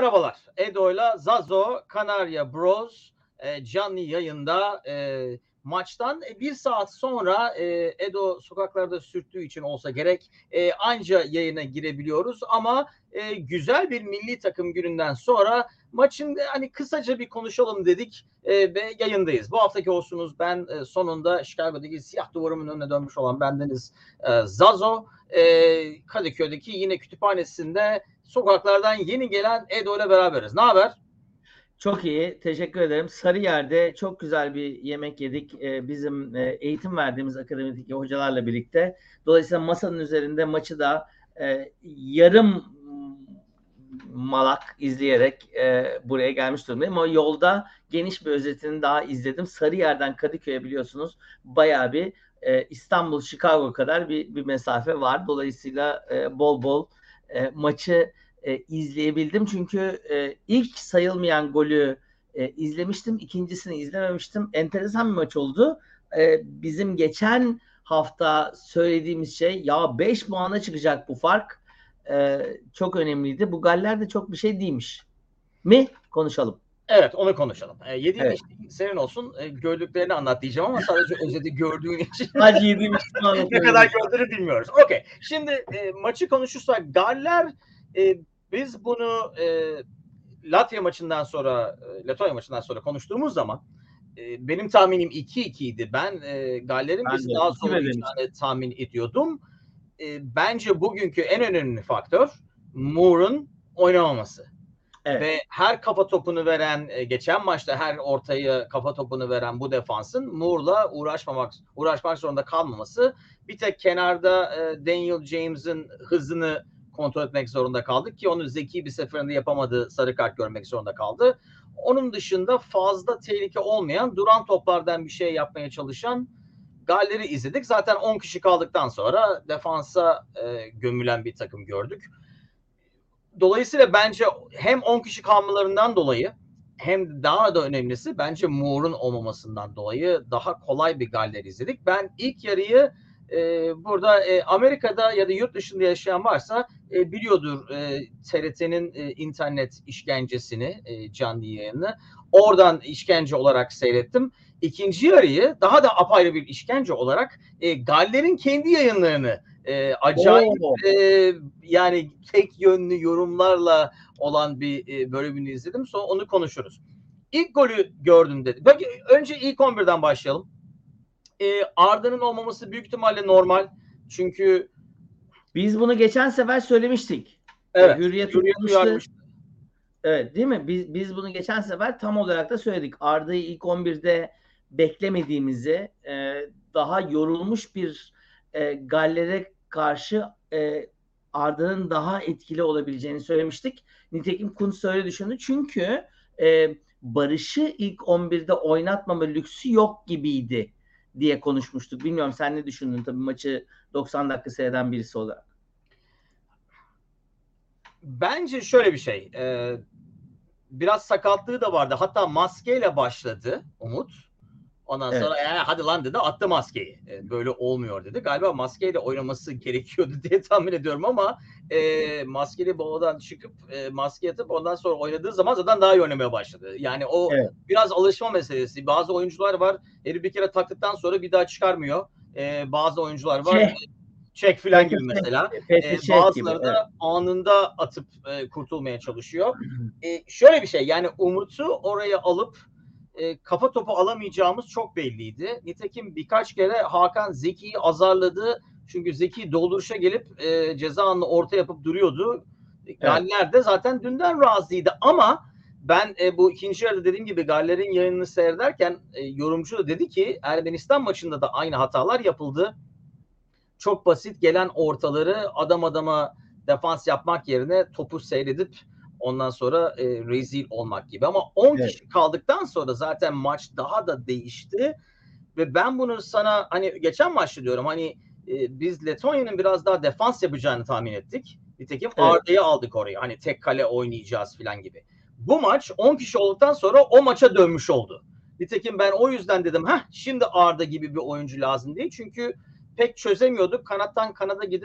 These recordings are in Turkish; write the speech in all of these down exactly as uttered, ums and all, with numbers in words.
Merhabalar. Edo'yla Zazo, Kanarya Bros e, canlı yayında e, maçtan bir saat sonra e, Edo sokaklarda sürttüğü için olsa gerek e, anca yayına girebiliyoruz ama e, güzel bir milli takım gününden sonra maçın hani kısaca bir konuşalım dedik e, ve yayındayız. Bu haftaki olsunuz ben e, sonunda Chicago'daki siyah duvarımın önüne dönmüş olan bendeniz e, Zazo. E, Kadıköy'deki yine kütüphanesinde sokaklardan yeni gelen Edo ile beraberiz. Ne haber? Çok iyi. Teşekkür ederim. Sarıyer'de çok güzel bir yemek yedik. Ee, bizim e, eğitim verdiğimiz akademideki hocalarla birlikte. Dolayısıyla masanın üzerinde maçı da e, yarım malak izleyerek e, buraya gelmiş durumdayım. Ama yolda geniş bir özetini daha izledim. Sarıyer'den Kadıköy'e biliyorsunuz bayağı bir e, İstanbul, Chicago kadar bir, bir mesafe var. Dolayısıyla e, bol bol e, maçı e, izleyebildim. Çünkü e, ilk sayılmayan golü e, izlemiştim. İkincisini izlememiştim. Enteresan bir maç oldu. E, bizim geçen hafta söylediğimiz şey ya beş puana çıkacak bu fark. E, çok önemliydi. Bu Galler de çok bir şey değilmiş. Mi? Konuşalım. Evet, onu konuşalım. E, yediğin Evet. içtiğin senin olsun. E, gördüklerini anlat diyeceğim ama sadece özeti gördüğün için Sadece yediğim ne kadar gördüğünü bilmiyoruz. Okey. Şimdi e, maçı konuşursak Galler e, biz bunu e, Latvia maçından sonra e, Letonya maçından sonra konuştuğumuz zaman e, benim tahminim iki iki idi. Ben e, Galler'in Ben bizi de daha iki bir zorlayacağını tahmin ediyordum. E, bence bugünkü en önemli faktör Moore'un oynamaması. Evet. Ve her kafa topunu veren, e, geçen maçta her ortaya kafa topunu veren bu defansın Moore'la uğraşmamak uğraşmak zorunda kalmaması. Bir tek kenarda e, Daniel James'in hızını kontrol etmek zorunda kaldık ki onu zeki bir seferinde yapamadı, sarı kart görmek zorunda kaldı. Onun dışında fazla tehlike olmayan, duran toplardan bir şey yapmaya çalışan Galler'i izledik. Zaten on kişi kaldıktan sonra defansa e, gömülen bir takım gördük. Dolayısıyla bence hem on kişi kalmalarından dolayı hem daha da önemlisi bence Moore'un olmamasından dolayı daha kolay bir Galler izledik. Ben ilk yarıyı e, burada e, Amerika'da ya da yurt dışında yaşayan varsa e, biliyordur e, T R T'nin e, internet işkencesini, e, canlı yayını. Oradan işkence olarak seyrettim. İkinci yarıyı daha da apayrı bir işkence olarak e, Galler'in kendi yayınlarını e, acayip e, yani tek yönlü yorumlarla olan bir e, bölümünü izledim. Sonra onu konuşuruz. İlk golü gördüm dedi. Peki önce ilk on birden başlayalım. E, Arda'nın olmaması büyük ihtimalle normal. Çünkü biz bunu geçen sefer söylemiştik. evet, Hürriyet, Hürriyet uyarmıştı. Evet, değil mi? Biz biz bunu geçen sefer tam olarak da söyledik. Arda'yı ilk on birde beklemediğimizi, e, daha yorulmuş bir e, Galler'e karşı e, Arda'nın daha etkili olabileceğini söylemiştik. Nitekim Kuntz öyle düşündü. Çünkü e, Barış'ı ilk on birde oynatmama lüksü yok gibiydi diye konuşmuştuk. Bilmiyorum sen ne düşündün tabii maçı doksan dakika seyreden birisi olarak. Bence şöyle bir şey. E, biraz sakatlığı da vardı. Hatta maskeyle başladı Umut. Ondan Evet. sonra e, hadi lan dedi, attı maskeyi. E, böyle olmuyor dedi. Galiba maskeyle oynaması gerekiyordu diye tahmin ediyorum ama e, maskeli boladan çıkıp e, maske atıp ondan sonra oynadığı zaman zaten daha iyi oynamaya başladı. Yani o Evet. biraz alışma meselesi. Bazı oyuncular var, herif bir kere taktıktan sonra bir daha çıkarmıyor. E, bazı oyuncular var. Şey, Çek filan gibi mesela. Petr E, Cech bazıları gibi, da evet. anında atıp e, kurtulmaya çalışıyor. E, şöyle bir şey, yani Umut'u oraya alıp e, kafa topu alamayacağımız çok belliydi. Nitekim birkaç kere Hakan Zeki'yi azarladı. Çünkü Zeki dolduruşa gelip e, ceza anını orta yapıp duruyordu. Evet. Galler de zaten dünden razıydı ama ben e, bu ikinci yarıda dediğim gibi Galler'in yayınını seyrederken e, yorumcu da dedi ki Ermenistan maçında da aynı hatalar yapıldı. Çok basit gelen ortaları adam adama defans yapmak yerine topu seyredip ondan sonra e, rezil olmak gibi. Ama on evet. kişi kaldıktan sonra zaten maç daha da değişti. Ve ben bunu sana hani geçen maçta diyorum, hani e, biz Letonya'nın biraz daha defans yapacağını tahmin ettik. Nitekim evet. Arda'yı aldık oraya. Hani tek kale oynayacağız falan gibi. Bu maç on kişi olduktan sonra o maça dönmüş oldu. Nitekim ben o yüzden dedim heh şimdi Arda gibi bir oyuncu lazım değil. Çünkü pek çözemiyorduk. Kanattan kanada gidip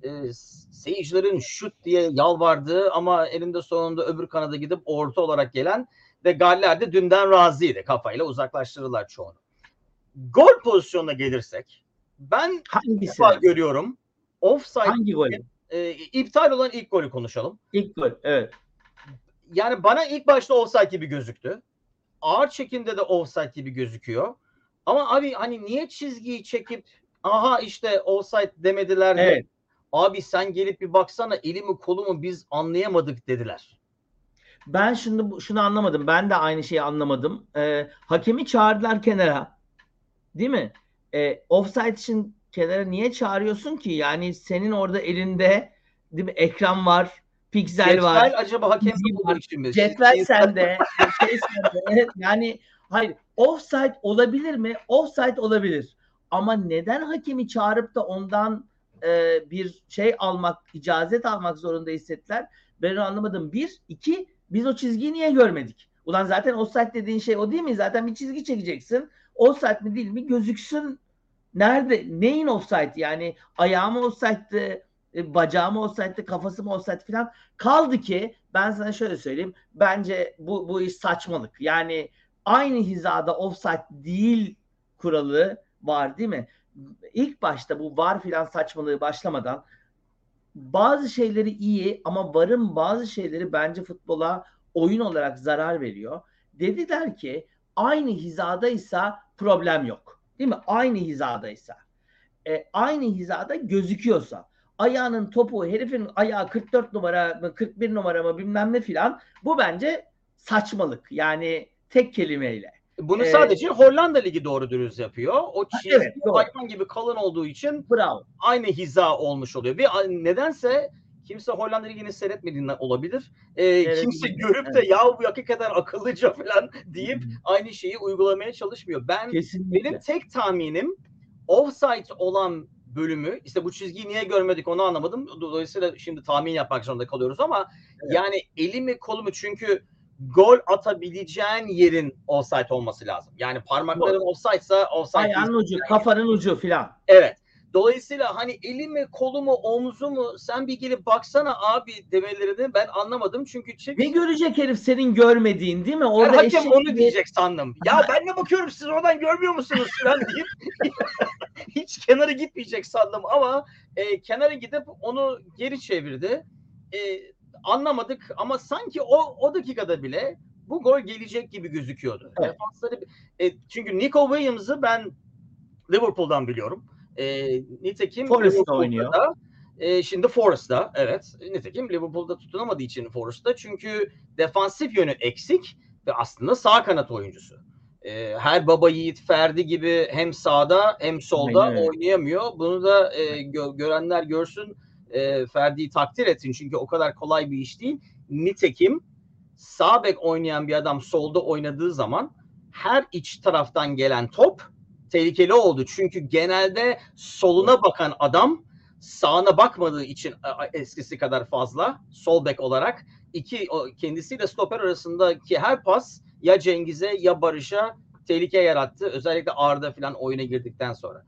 e, seyircilerin şut diye yalvardığı ama elinde sonunda öbür kanada gidip orta olarak gelen ve Galler de dünden razıydı. Kafayla uzaklaştırırlar çoğunu. Gol pozisyonuna gelirsek ben Hangisi? görüyorum. Offside. Hangi gol? E, iptal olan ilk golü konuşalım. İlk gol, evet. Yani bana ilk başta offside gibi gözüktü. Ağır çekimde de offside gibi gözüküyor. Ama abi hani niye çizgiyi çekip aha işte offside demediler de evet. Abi sen gelip bir baksana elimi kolumu biz anlayamadık dediler. Ben şimdi şunu anlamadım. Ben de aynı şeyi anlamadım. Ee, hakemi çağırdılar kenara. Değil mi? Ee, offside için kenara niye çağırıyorsun ki? Yani senin orada elinde değil mi? Ekran var, piksel Cetvel var. acaba hakem var. şimdi. Cetvel sende, şey sende. Evet, yani hayır. Offside olabilir mi? Offside olabilir. Ama neden hakemi çağırıp da ondan e, bir şey almak, icazet almak zorunda hissettiler? Ben onu anlamadım. Bir, iki, biz o çizgiyi niye görmedik? Ulan zaten offside dediğin şey o değil mi? Zaten bir çizgi çekeceksin. Offside mi değil mi gözüksün. Nerede? Neyin offside? Yani ayağı mı offside'dı? Bacağı mı offside'dı? Kafası mı offside falan? Kaldı ki ben sana şöyle söyleyeyim. Bence bu, bu iş saçmalık. Yani aynı hizada offside değil kuralı var değil mi? İlk başta bu var filan saçmalığı başlamadan bazı şeyleri iyi ama varın bazı şeyleri bence futbola oyun olarak zarar veriyor. Dediler ki aynı hizadaysa problem yok. Değil mi? Aynı hizadaysa. E, aynı hizada gözüküyorsa. Ayağının topu herifin ayağı kırk dört numara mı kırk bir numara mı bilmem ne filan bu bence saçmalık. Yani tek kelimeyle. Bunu Ee, sadece Hollanda Ligi doğru dürüst yapıyor. O çizgi evet, hayvan gibi kalın olduğu için bravo. aynı hiza olmuş oluyor. Ve nedense kimse Hollanda Ligi'ni seyretmediğinden olabilir. Ee, Evet, kimse evet. görüp de ya bu hakikaten akıllıca falan deyip aynı şeyi uygulamaya çalışmıyor. Ben Kesinlikle. Benim tek tahminim offside olan bölümü işte bu çizgiyi niye görmedik onu anlamadım. Dolayısıyla şimdi tahmin yapmak zorunda kalıyoruz ama evet. Yani elimi kolumu çünkü gol atabileceğin yerin offside olması lazım. Yani parmakların offside'sa offside değil. Ayağın ucu, kafanın ucu filan. Evet. Dolayısıyla hani elimi, kolumu, omzumu sen bir gelip baksana abi demelerini ben anlamadım. Çünkü çek... Ne görecek herif senin görmediğin değil mi? Orada ben hakem onu gibi... diyecek sandım. Ya ben ne bakıyorum siz oradan görmüyor musunuz falan deyip hiç kenara gitmeyecek sandım ama e, kenara gidip onu geri çevirdi. E, anlamadık ama sanki o o dakikada bile bu gol gelecek gibi gözüküyordu. Evet. Defansları e, çünkü Nico Williams'ı ben Liverpool'dan biliyorum. E, nitekim Forest'ta oynuyor. Da, e, şimdi Forest'ta evet. Nitekim Liverpool'da tutunamadığı için Forest'ta çünkü defansif yönü eksik ve aslında sağ kanat oyuncusu. E, her baba yiğit Ferdi gibi hem sağda hem solda aynen oynayamıyor. Bunu da e, gö- görenler görsün. E, Ferdi'yi takdir etsin çünkü o kadar kolay bir iş değil. Nitekim sağ bek oynayan bir adam solda oynadığı zaman her iç taraftan gelen top tehlikeli oldu. Çünkü genelde soluna bakan adam sağına bakmadığı için eskisi kadar fazla sol bek olarak iki kendisiyle stoper arasındaki her pas ya Cengiz'e ya Barış'a tehlike yarattı. Özellikle Arda falan oyuna girdikten sonra.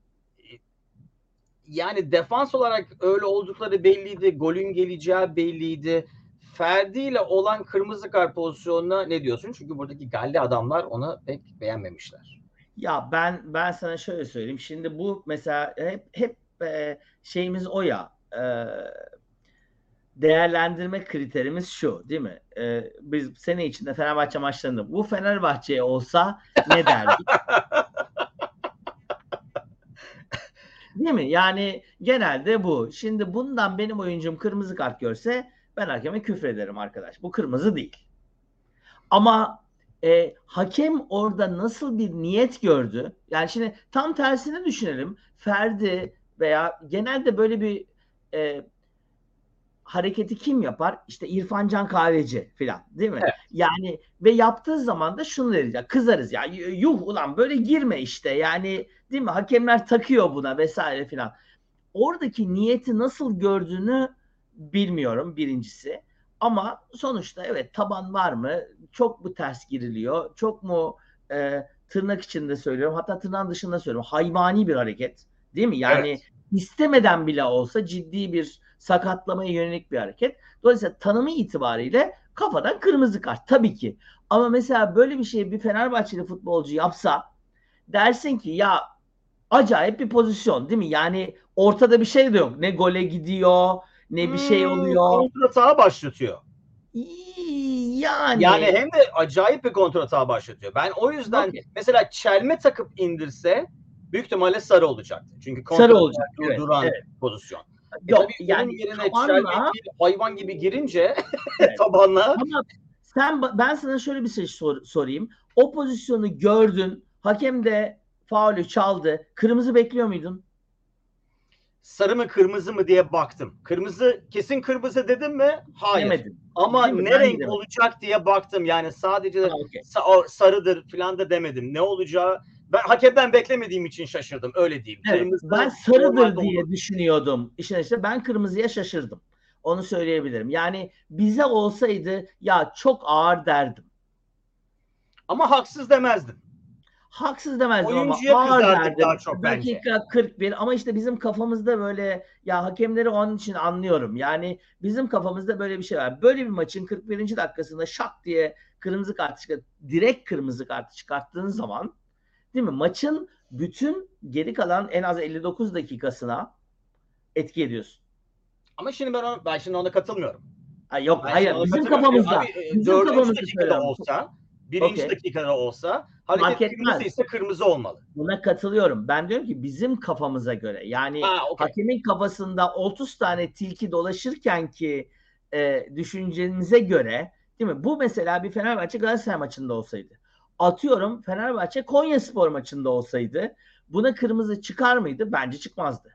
Yani defans olarak öyle oldukları belliydi. Golün geleceği belliydi. Ferdi ile olan kırmızı kart pozisyonuna ne diyorsun? Çünkü buradaki galli adamlar onu pek beğenmemişler. Ya ben ben sana şöyle söyleyeyim. Şimdi bu mesela hep hep e, şeyimiz o ya. E, değerlendirme kriterimiz şu değil mi? E, biz sene içinde Fenerbahçe maçlarında bu Fenerbahçe olsa ne derdik? Değil mi? Yani genelde bu. Şimdi bundan benim oyuncum kırmızı kart görse ben hakeme küfrederim arkadaş. Bu kırmızı değil. Ama e, hakem orada nasıl bir niyet gördü? Yani şimdi tam tersini düşünelim. Ferdi veya genelde böyle bir e, hareketi kim yapar? İşte İrfan Can Kahveci filan değil mi? Evet. Yani ve yaptığı zaman da şunu deriz ya kızarız ya yuh ulan böyle girme işte yani değil mi? Hakemler takıyor buna vesaire filan. Oradaki niyeti nasıl gördüğünü bilmiyorum birincisi. Ama sonuçta evet taban var mı? Çok mu ters giriliyor? Çok mu e, tırnak içinde söylüyorum hatta tırnağın dışında söylüyorum. Hayvani bir hareket değil mi? Yani evet. istemeden bile olsa ciddi bir sakatlamaya yönelik bir hareket. Dolayısıyla tanımı itibariyle kafadan kırmızı kart tabii ki. Ama mesela böyle bir şeyi bir Fenerbahçeli futbolcu yapsa dersin ki ya acayip bir pozisyon değil mi? Yani ortada bir şey de yok. Ne gole gidiyor, ne bir şey Hmm, oluyor. kontratağı başlatıyor. Yani Yani hem de acayip bir kontratağı başlatıyor. Ben o yüzden okay. mesela çelme takıp indirse büyük ihtimalle sarı olacaktı. Çünkü Sarı kontratağı olacak. Evet, durduran evet. pozisyon. E tabii Yok onun yani yerine çelme tabanla bir hayvan gibi girince evet. tabanla. Ama sen ben sana şöyle bir şey sor, sorayım. O pozisyonu gördün. Hakem de faulü çaldı. Kırmızı bekliyor muydun? Sarı mı kırmızı mı diye baktım. Kırmızı, kesin kırmızı dedim mi? Hayır. Demedin. Ama Değil mi? ne Ben de renk demedim. olacak diye baktım. Yani sadece Ha, okay. sarıdır falan da demedim. Ne olacağı ben hakemden beklemediğim için şaşırdım. Öyle diyeyim. Evet. Kırmızı Ben normalde sarıdır olur. diye düşünüyordum. İşte işte ben kırmızıya şaşırdım. Onu söyleyebilirim. Yani bize olsaydı ya çok ağır derdim. Ama haksız demezdim. Haksız demezdim ama Oyuncuya ağır kızardık daha derdim. çok bence. Dakika kırk bir ama işte bizim kafamızda böyle ya hakemleri onun için anlıyorum. Yani bizim kafamızda böyle bir şey var. Böyle bir maçın kırk birinci dakikasında şak diye kırmızı kart çıkart, direkt kırmızı kartı çıkarttığın zaman değil mi? Maçın bütün geri kalan en az elli dokuz dakikasına etki ediyorsun. Ama şimdi ben, ona, ben şimdi ona katılmıyorum. Ha, yok Ben şimdi hayır ona bizim katılmıyorum. E, abi kafamızda. e, Bizim dördüncü kafamızda dakikada söylüyorum. olsa, birinci Okey. dakikada olsa Fark hareket kırmızı etmez. ise kırmızı olmalı. Buna katılıyorum. Ben diyorum ki bizim kafamıza göre yani Ha, okey. hakemin kafasında otuz tane tilki dolaşırken ki e, düşüncenize göre değil mi? Bu mesela bir Fenerbahçe Galatasaray maçında olsaydı. Atıyorum Fenerbahçe Konyaspor maçında olsaydı buna kırmızı çıkar mıydı? Bence çıkmazdı.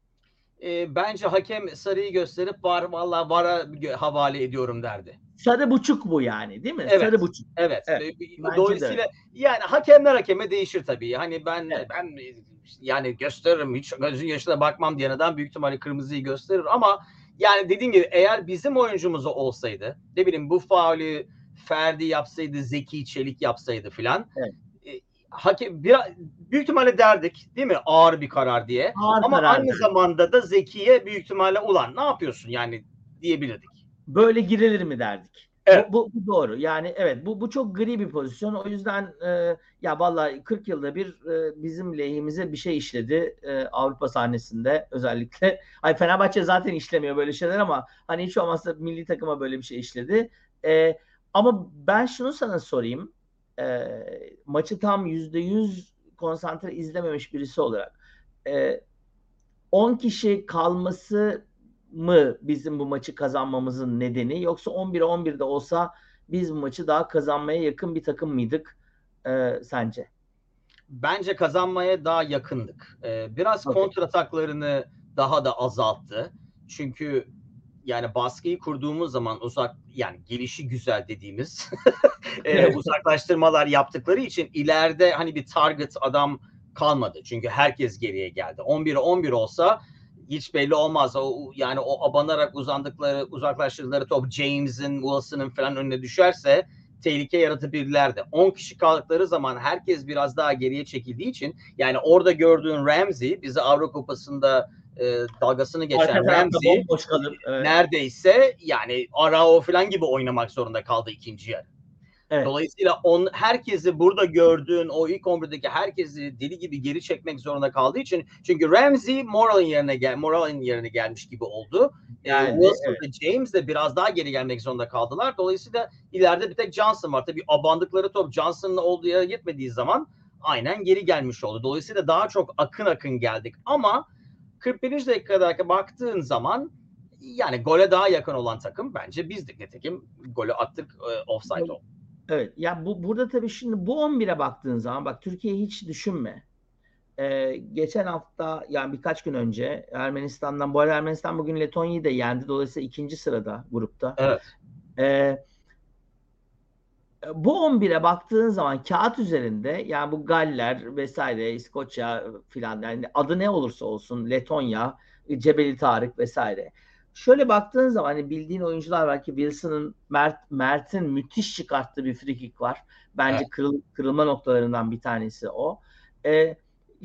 E, bence hakem sarıyı gösterip var vallahi vara havale ediyorum derdi. Sarı buçuk bu yani değil mi? Evet. Sarı buçuk. Evet. Evet. Bence de öyle. Dolayısıyla yani hakemler hakeme değişir tabii. Hani ben Evet. ben yani gösteririm hiç gözün yaşına bakmam diyen adam büyük ihtimalle kırmızıyı gösterir ama yani dediğim gibi eğer bizim oyuncumuz olsaydı ne bileyim bu faulü Ferdi yapsaydı, Zeki Çelik yapsaydı filan Evet. e, hakem bir, büyük ihtimalle derdik değil mi? Ağır bir karar diye. Ağır Ama karardı. aynı zamanda da Zeki'ye büyük ihtimalle ulan ne yapıyorsun yani diyebilirdik. Böyle girilir mi derdik. Evet. Bu, bu, bu doğru. Yani evet bu bu çok gri bir pozisyon. O yüzden e, ya vallahi kırk yılda bir e, bizim lehimize bir şey işledi e, Avrupa sahnesinde özellikle. Ay Fenerbahçe zaten işlemiyor böyle şeyler ama hani hiç olmazsa milli takıma böyle bir şey işledi. E, ama ben şunu sana sorayım. E, maçı tam yüzde yüz konsantre izlememiş birisi olarak. E, on kişi kalması mı bizim bu maçı kazanmamızın nedeni yoksa on bire on birde olsa biz bu maçı daha kazanmaya yakın bir takım mıydık e, sence? Bence kazanmaya daha yakındık. Ee, biraz Okay. kontrataklarını daha da azalttı. Çünkü yani baskıyı kurduğumuz zaman uzak yani gelişi güzel dediğimiz e, uzaklaştırmalar yaptıkları için ileride hani bir target adam kalmadı. Çünkü herkes geriye geldi. on bire on bir olsa hiç belli olmaz. O yani o abanarak uzandıkları, uzaklaştırdıkları top James'in, Wilson'ın falan önüne düşerse tehlike yaratabilirlerdi. on kişi kaldıkları zaman herkes biraz daha geriye çekildiği için yani orada gördüğün Ramsey bizi Avrupa Kupası'nda e, dalgasını geçen Arka tarafta Ramsey bomboş kalır. Evet. neredeyse yani Arao falan gibi oynamak zorunda kaldı ikinci yarı. Evet. Dolayısıyla on, herkesi burada gördüğün o ilk on birdeki herkesi deli gibi geri çekmek zorunda kaldığı için çünkü Ramsey Moral'in yerine gel Moral'in yerine gelmiş gibi oldu. Geldi, e, Wilson evet. ve James de biraz daha geri gelmek zorunda kaldılar. Dolayısıyla ileride bir tek Johnson var. Tabii abandıkları top Johnson'ın olduğu yere gitmediği zaman aynen geri gelmiş oldu. Dolayısıyla daha çok akın akın geldik. Ama kırk birinci dakikadaki baktığın zaman yani gole daha yakın olan takım bence bizdik. Nitekim golü attık e, offside oldu. Evet. Ya bu burada tabii şimdi bu on bire baktığın zaman bak Türkiye'yi hiç düşünme. Ee, geçen hafta yani birkaç gün önce Ermenistan'dan bu arada Ermenistan bugün Letonya'yı da yendi. Dolayısıyla ikinci sırada grupta. Evet. Ee, bu on bire baktığın zaman kağıt üzerinde yani bu Galler vesaire İskoçya filan yani adı ne olursa olsun Letonya, Cebeli Tarık vesaire. Şöyle baktığın zaman hani bildiğin oyuncular var ki Wilson'ın Mert, Mert'in müthiş çıkarttığı bir free kick var. Bence Evet. kırıl, kırılma noktalarından bir tanesi o. Ee,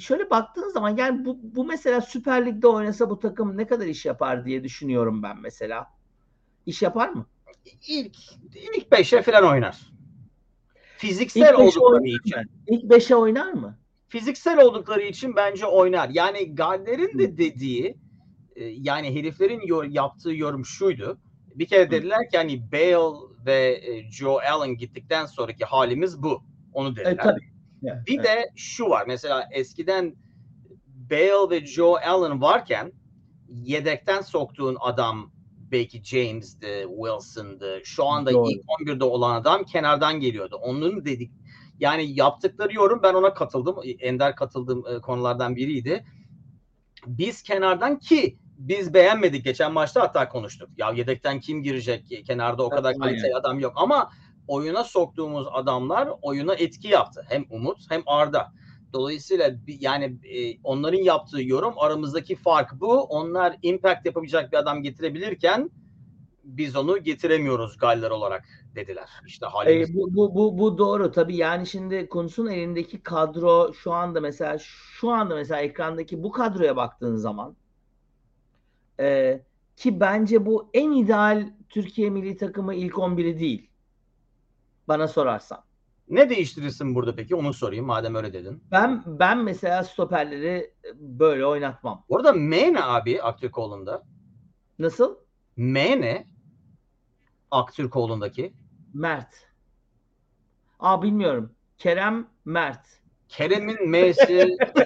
şöyle baktığınız zaman yani bu, bu mesela Süper Lig'de oynasa bu takım ne kadar iş yapar diye düşünüyorum ben mesela. İş yapar mı? İlk, ilk beşe falan oynar. Fiziksel İlk beşe oldukları oynar için. mı? İlk beşe oynar mı? Fiziksel oldukları için bence oynar. Yani Galler'in de dediği e, yani heriflerin yor, yaptığı yorum şuydu. Bir kere dediler ki hani Bale ve e, Joe Allen gittikten sonraki halimiz bu. Onu dediler. E, tabii. Evet, Bir evet. de şu var. Mesela eskiden Bale ve Joe Allen varken yedekten soktuğun adam belki James'di, Wilson'dı. Şu anda Doğru. ilk on birde olan adam kenardan geliyordu. Onun dedik yani yaptıkları yorum ben ona katıldım. Ender katıldığım e, konulardan biriydi. Biz kenardan ki biz beğenmedik geçen maçta hatta konuştuk. Ya yedekten kim girecek? Kenarda o kadar kaliteli adam yok ama oyuna soktuğumuz adamlar oyuna etki yaptı. Hem Umut hem Arda. Dolayısıyla yani e, onların yaptığı yorum aramızdaki fark bu. Onlar impact yapabilecek bir adam getirebilirken biz onu getiremiyoruz Galler olarak dediler. İşte halimiz. E, bu, bu, bu, bu doğru tabii yani şimdi Kuntz'un elindeki kadro şu anda mesela şu anda mesela ekrandaki bu kadroya baktığın zaman e, ki bence bu en ideal Türkiye milli takımı ilk on biri değil bana sorarsan. Ne değiştirirsin burada peki? Onu sorayım madem öyle dedin. Ben ben mesela stoperleri böyle oynatmam. Orada M ne abi Aktürkoğlu'nda? Nasıl? M ne? Aktürkoğlu'ndaki. Mert. Aa bilmiyorum. Kerem Mert. Kerem'in M'si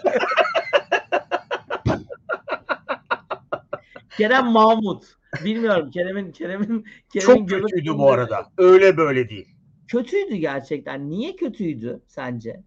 Kerem Mahmut. Bilmiyorum. Kerem'in Kerem'in Kerem'in çok göbek kötüydü bu arada. Öyle böyle değil. kötüydü gerçekten. Niye kötüydü sence?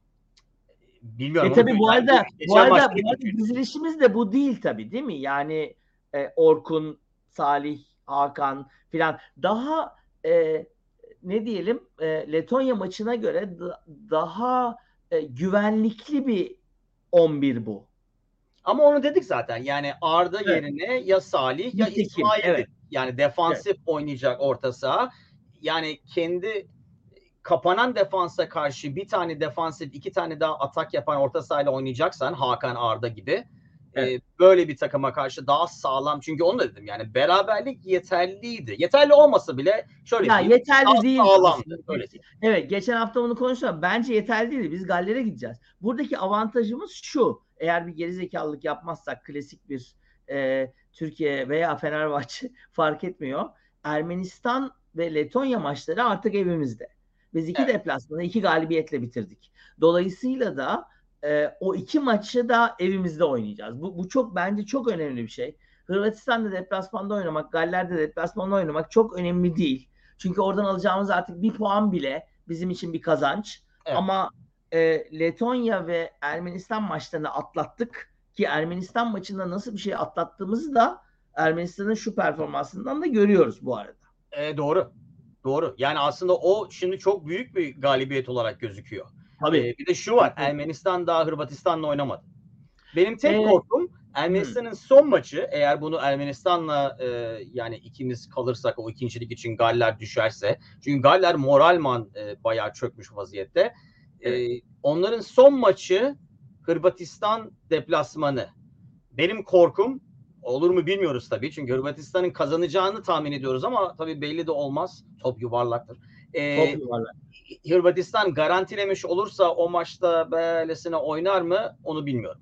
Bilmiyorum E onu tabii bu göreceğim. arada bu Geçen arada maçta bu arada kötüydü. dizilişimiz de bu değil tabii değil mi? Yani e, Orkun, Salih, Hakan filan daha e, ne diyelim e, Letonya maçına göre da- daha e, güvenlikli bir on bir bu. Ama onu dedik zaten. Yani Arda Evet. yerine ya Salih ya Nitekim. İsmail Evet. dedik. Yani Evet. defansif oynayacak orta saha. Yani kendi kapanan defansa karşı bir tane defansif, iki tane daha atak yapan orta sahayla oynayacaksan Hakan Arda gibi Evet. e, böyle bir takıma karşı daha sağlam. Çünkü onu da dedim yani beraberlik yeterliydi. Yeterli olmasa bile şöyle Ya diyeyim yeterli daha değildi sağlamdı. aslında. Öyle diyeyim. Evet, geçen hafta bunu konuştuk. Bence yeterli değildi. Biz Galler'e gideceğiz. Buradaki avantajımız şu. Eğer bir gerizekalılık yapmazsak klasik bir e, Türkiye veya Fenerbahçe fark etmiyor. Ermenistan ve Letonya maçları artık evimizde. Biz iki Evet. deplasmanı iki galibiyetle bitirdik. Dolayısıyla da e, o iki maçı da evimizde oynayacağız. Bu, bu çok bence çok önemli bir şey. Hırvatistan'da deplasmanda oynamak, Galler'de deplasmanda oynamak çok önemli değil. Çünkü oradan alacağımız artık bir puan bile bizim için bir kazanç. Evet. Ama e, Letonya ve Ermenistan maçlarını atlattık ki Ermenistan maçında nasıl bir şey atlattığımızı da Ermenistan'ın şu performansından da görüyoruz bu arada. E, doğru. Doğru. Yani aslında o şimdi çok büyük bir galibiyet olarak gözüküyor. Tabii. E, bir de şu var. Ermenistan daha Hırvatistan'la oynamadı. Benim tek E, korkum Ermenistan'ın son maçı eğer bunu Ermenistan'la e, yani ikimiz kalırsak o ikincilik için Galler düşerse çünkü Galler moralman e, bayağı çökmüş vaziyette. evet. E, onların son maçı Hırvatistan deplasmanı. Benim korkum olur mu bilmiyoruz tabii. Çünkü Hırvatistan'ın kazanacağını tahmin ediyoruz ama tabii belli de olmaz. Top yuvarlaktır. E, Top yuvarlak. Hırvatistan garantilemiş olursa o maçta böylesine oynar mı onu bilmiyorum.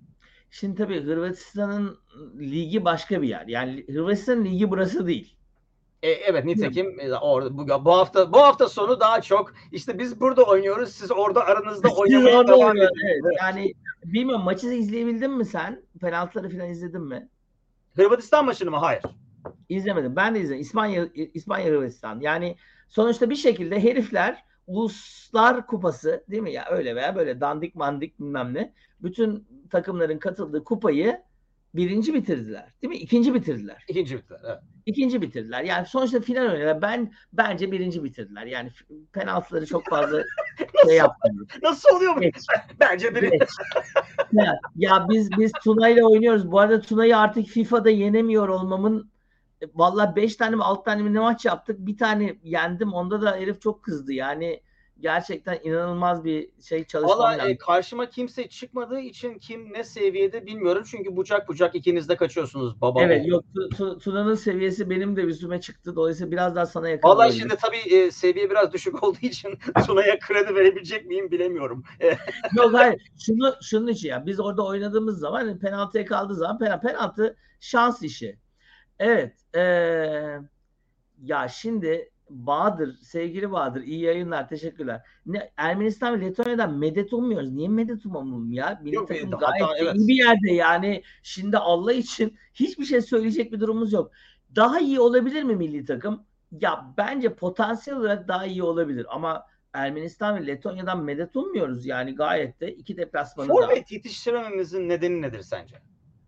Şimdi tabii Hırvatistan'ın ligi başka bir yer. Yani Hırvatistan'ın ligi burası değil. E, evet nitekim e, orada bu, bu hafta bu hafta sonu daha çok işte biz burada oynuyoruz siz orada aranızda Siz oynamaya orada devam oynuyorsunuz. edin. Evet. Evet. Yani bilmiyorum maçı izleyebildin mi sen? Penaltıları falan izledin mi? Hırvatistan maçını mı? Hayır. İzlemedim. Ben de izledim. İspanya, İspanya Hırvatistan. Yani sonuçta bir şekilde herifler Uluslar Kupası değil mi ya öyle veya böyle dandik mandik bilmem ne. Bütün takımların katıldığı kupayı birinci bitirdiler. Değil mi? İkinci bitirdiler. İkinci bitti. Evet. İkinci bitirdiler. Yani sonuçta final oynadılar. Ben bence birinci bitirdiler. Yani penaltıları çok fazla şey yapmıyorum. Nasıl oluyor bu? Geç. Bence biri. Geç. Ya, ya biz biz Tuna ile oynuyoruz. Bu arada Tuna'yı artık FIFA'da yenemiyor olmamın valla beş tane mi altı tane mi ne maç yaptık. Bir tane yendim. Onda da herif çok kızdı. Yani gerçekten inanılmaz bir şey çalışmam Valla lazım. e, karşıma kimse çıkmadığı için kim ne seviyede bilmiyorum. Çünkü bucak bucak ikiniz de kaçıyorsunuz baba Evet, oğul. yok Tu- Tu- Tuna'nın seviyesi benim de üstüme çıktı. Dolayısıyla biraz daha sana yakın Valla olabilir. şimdi tabii e, seviye biraz düşük olduğu için Tuna'ya kredi verebilecek miyim bilemiyorum. E, Yok hayır. Şunu, şunun için ya. Biz orada oynadığımız zaman hani penaltıya kaldığı zaman penaltı, penaltı şans işi. Evet. Ee, ya şimdi Bahadır, sevgili Bahadır, iyi yayınlar, teşekkürler. Ne, Ermenistan ve Letonya'dan medet ummuyoruz. Niye medet umamım ya? Milli yok e, takım gayet hatta de evet. iyi bir yerde yani. Şimdi Allah için hiçbir şey söyleyecek bir durumumuz yok. Daha iyi olabilir mi milli takım? Ya bence potansiyel olarak daha iyi olabilir ama Ermenistan ve Letonya'dan medet ummuyoruz. Yani gayet de iki deplasmanı da. Forvet yetiştirememizin nedeni nedir sence?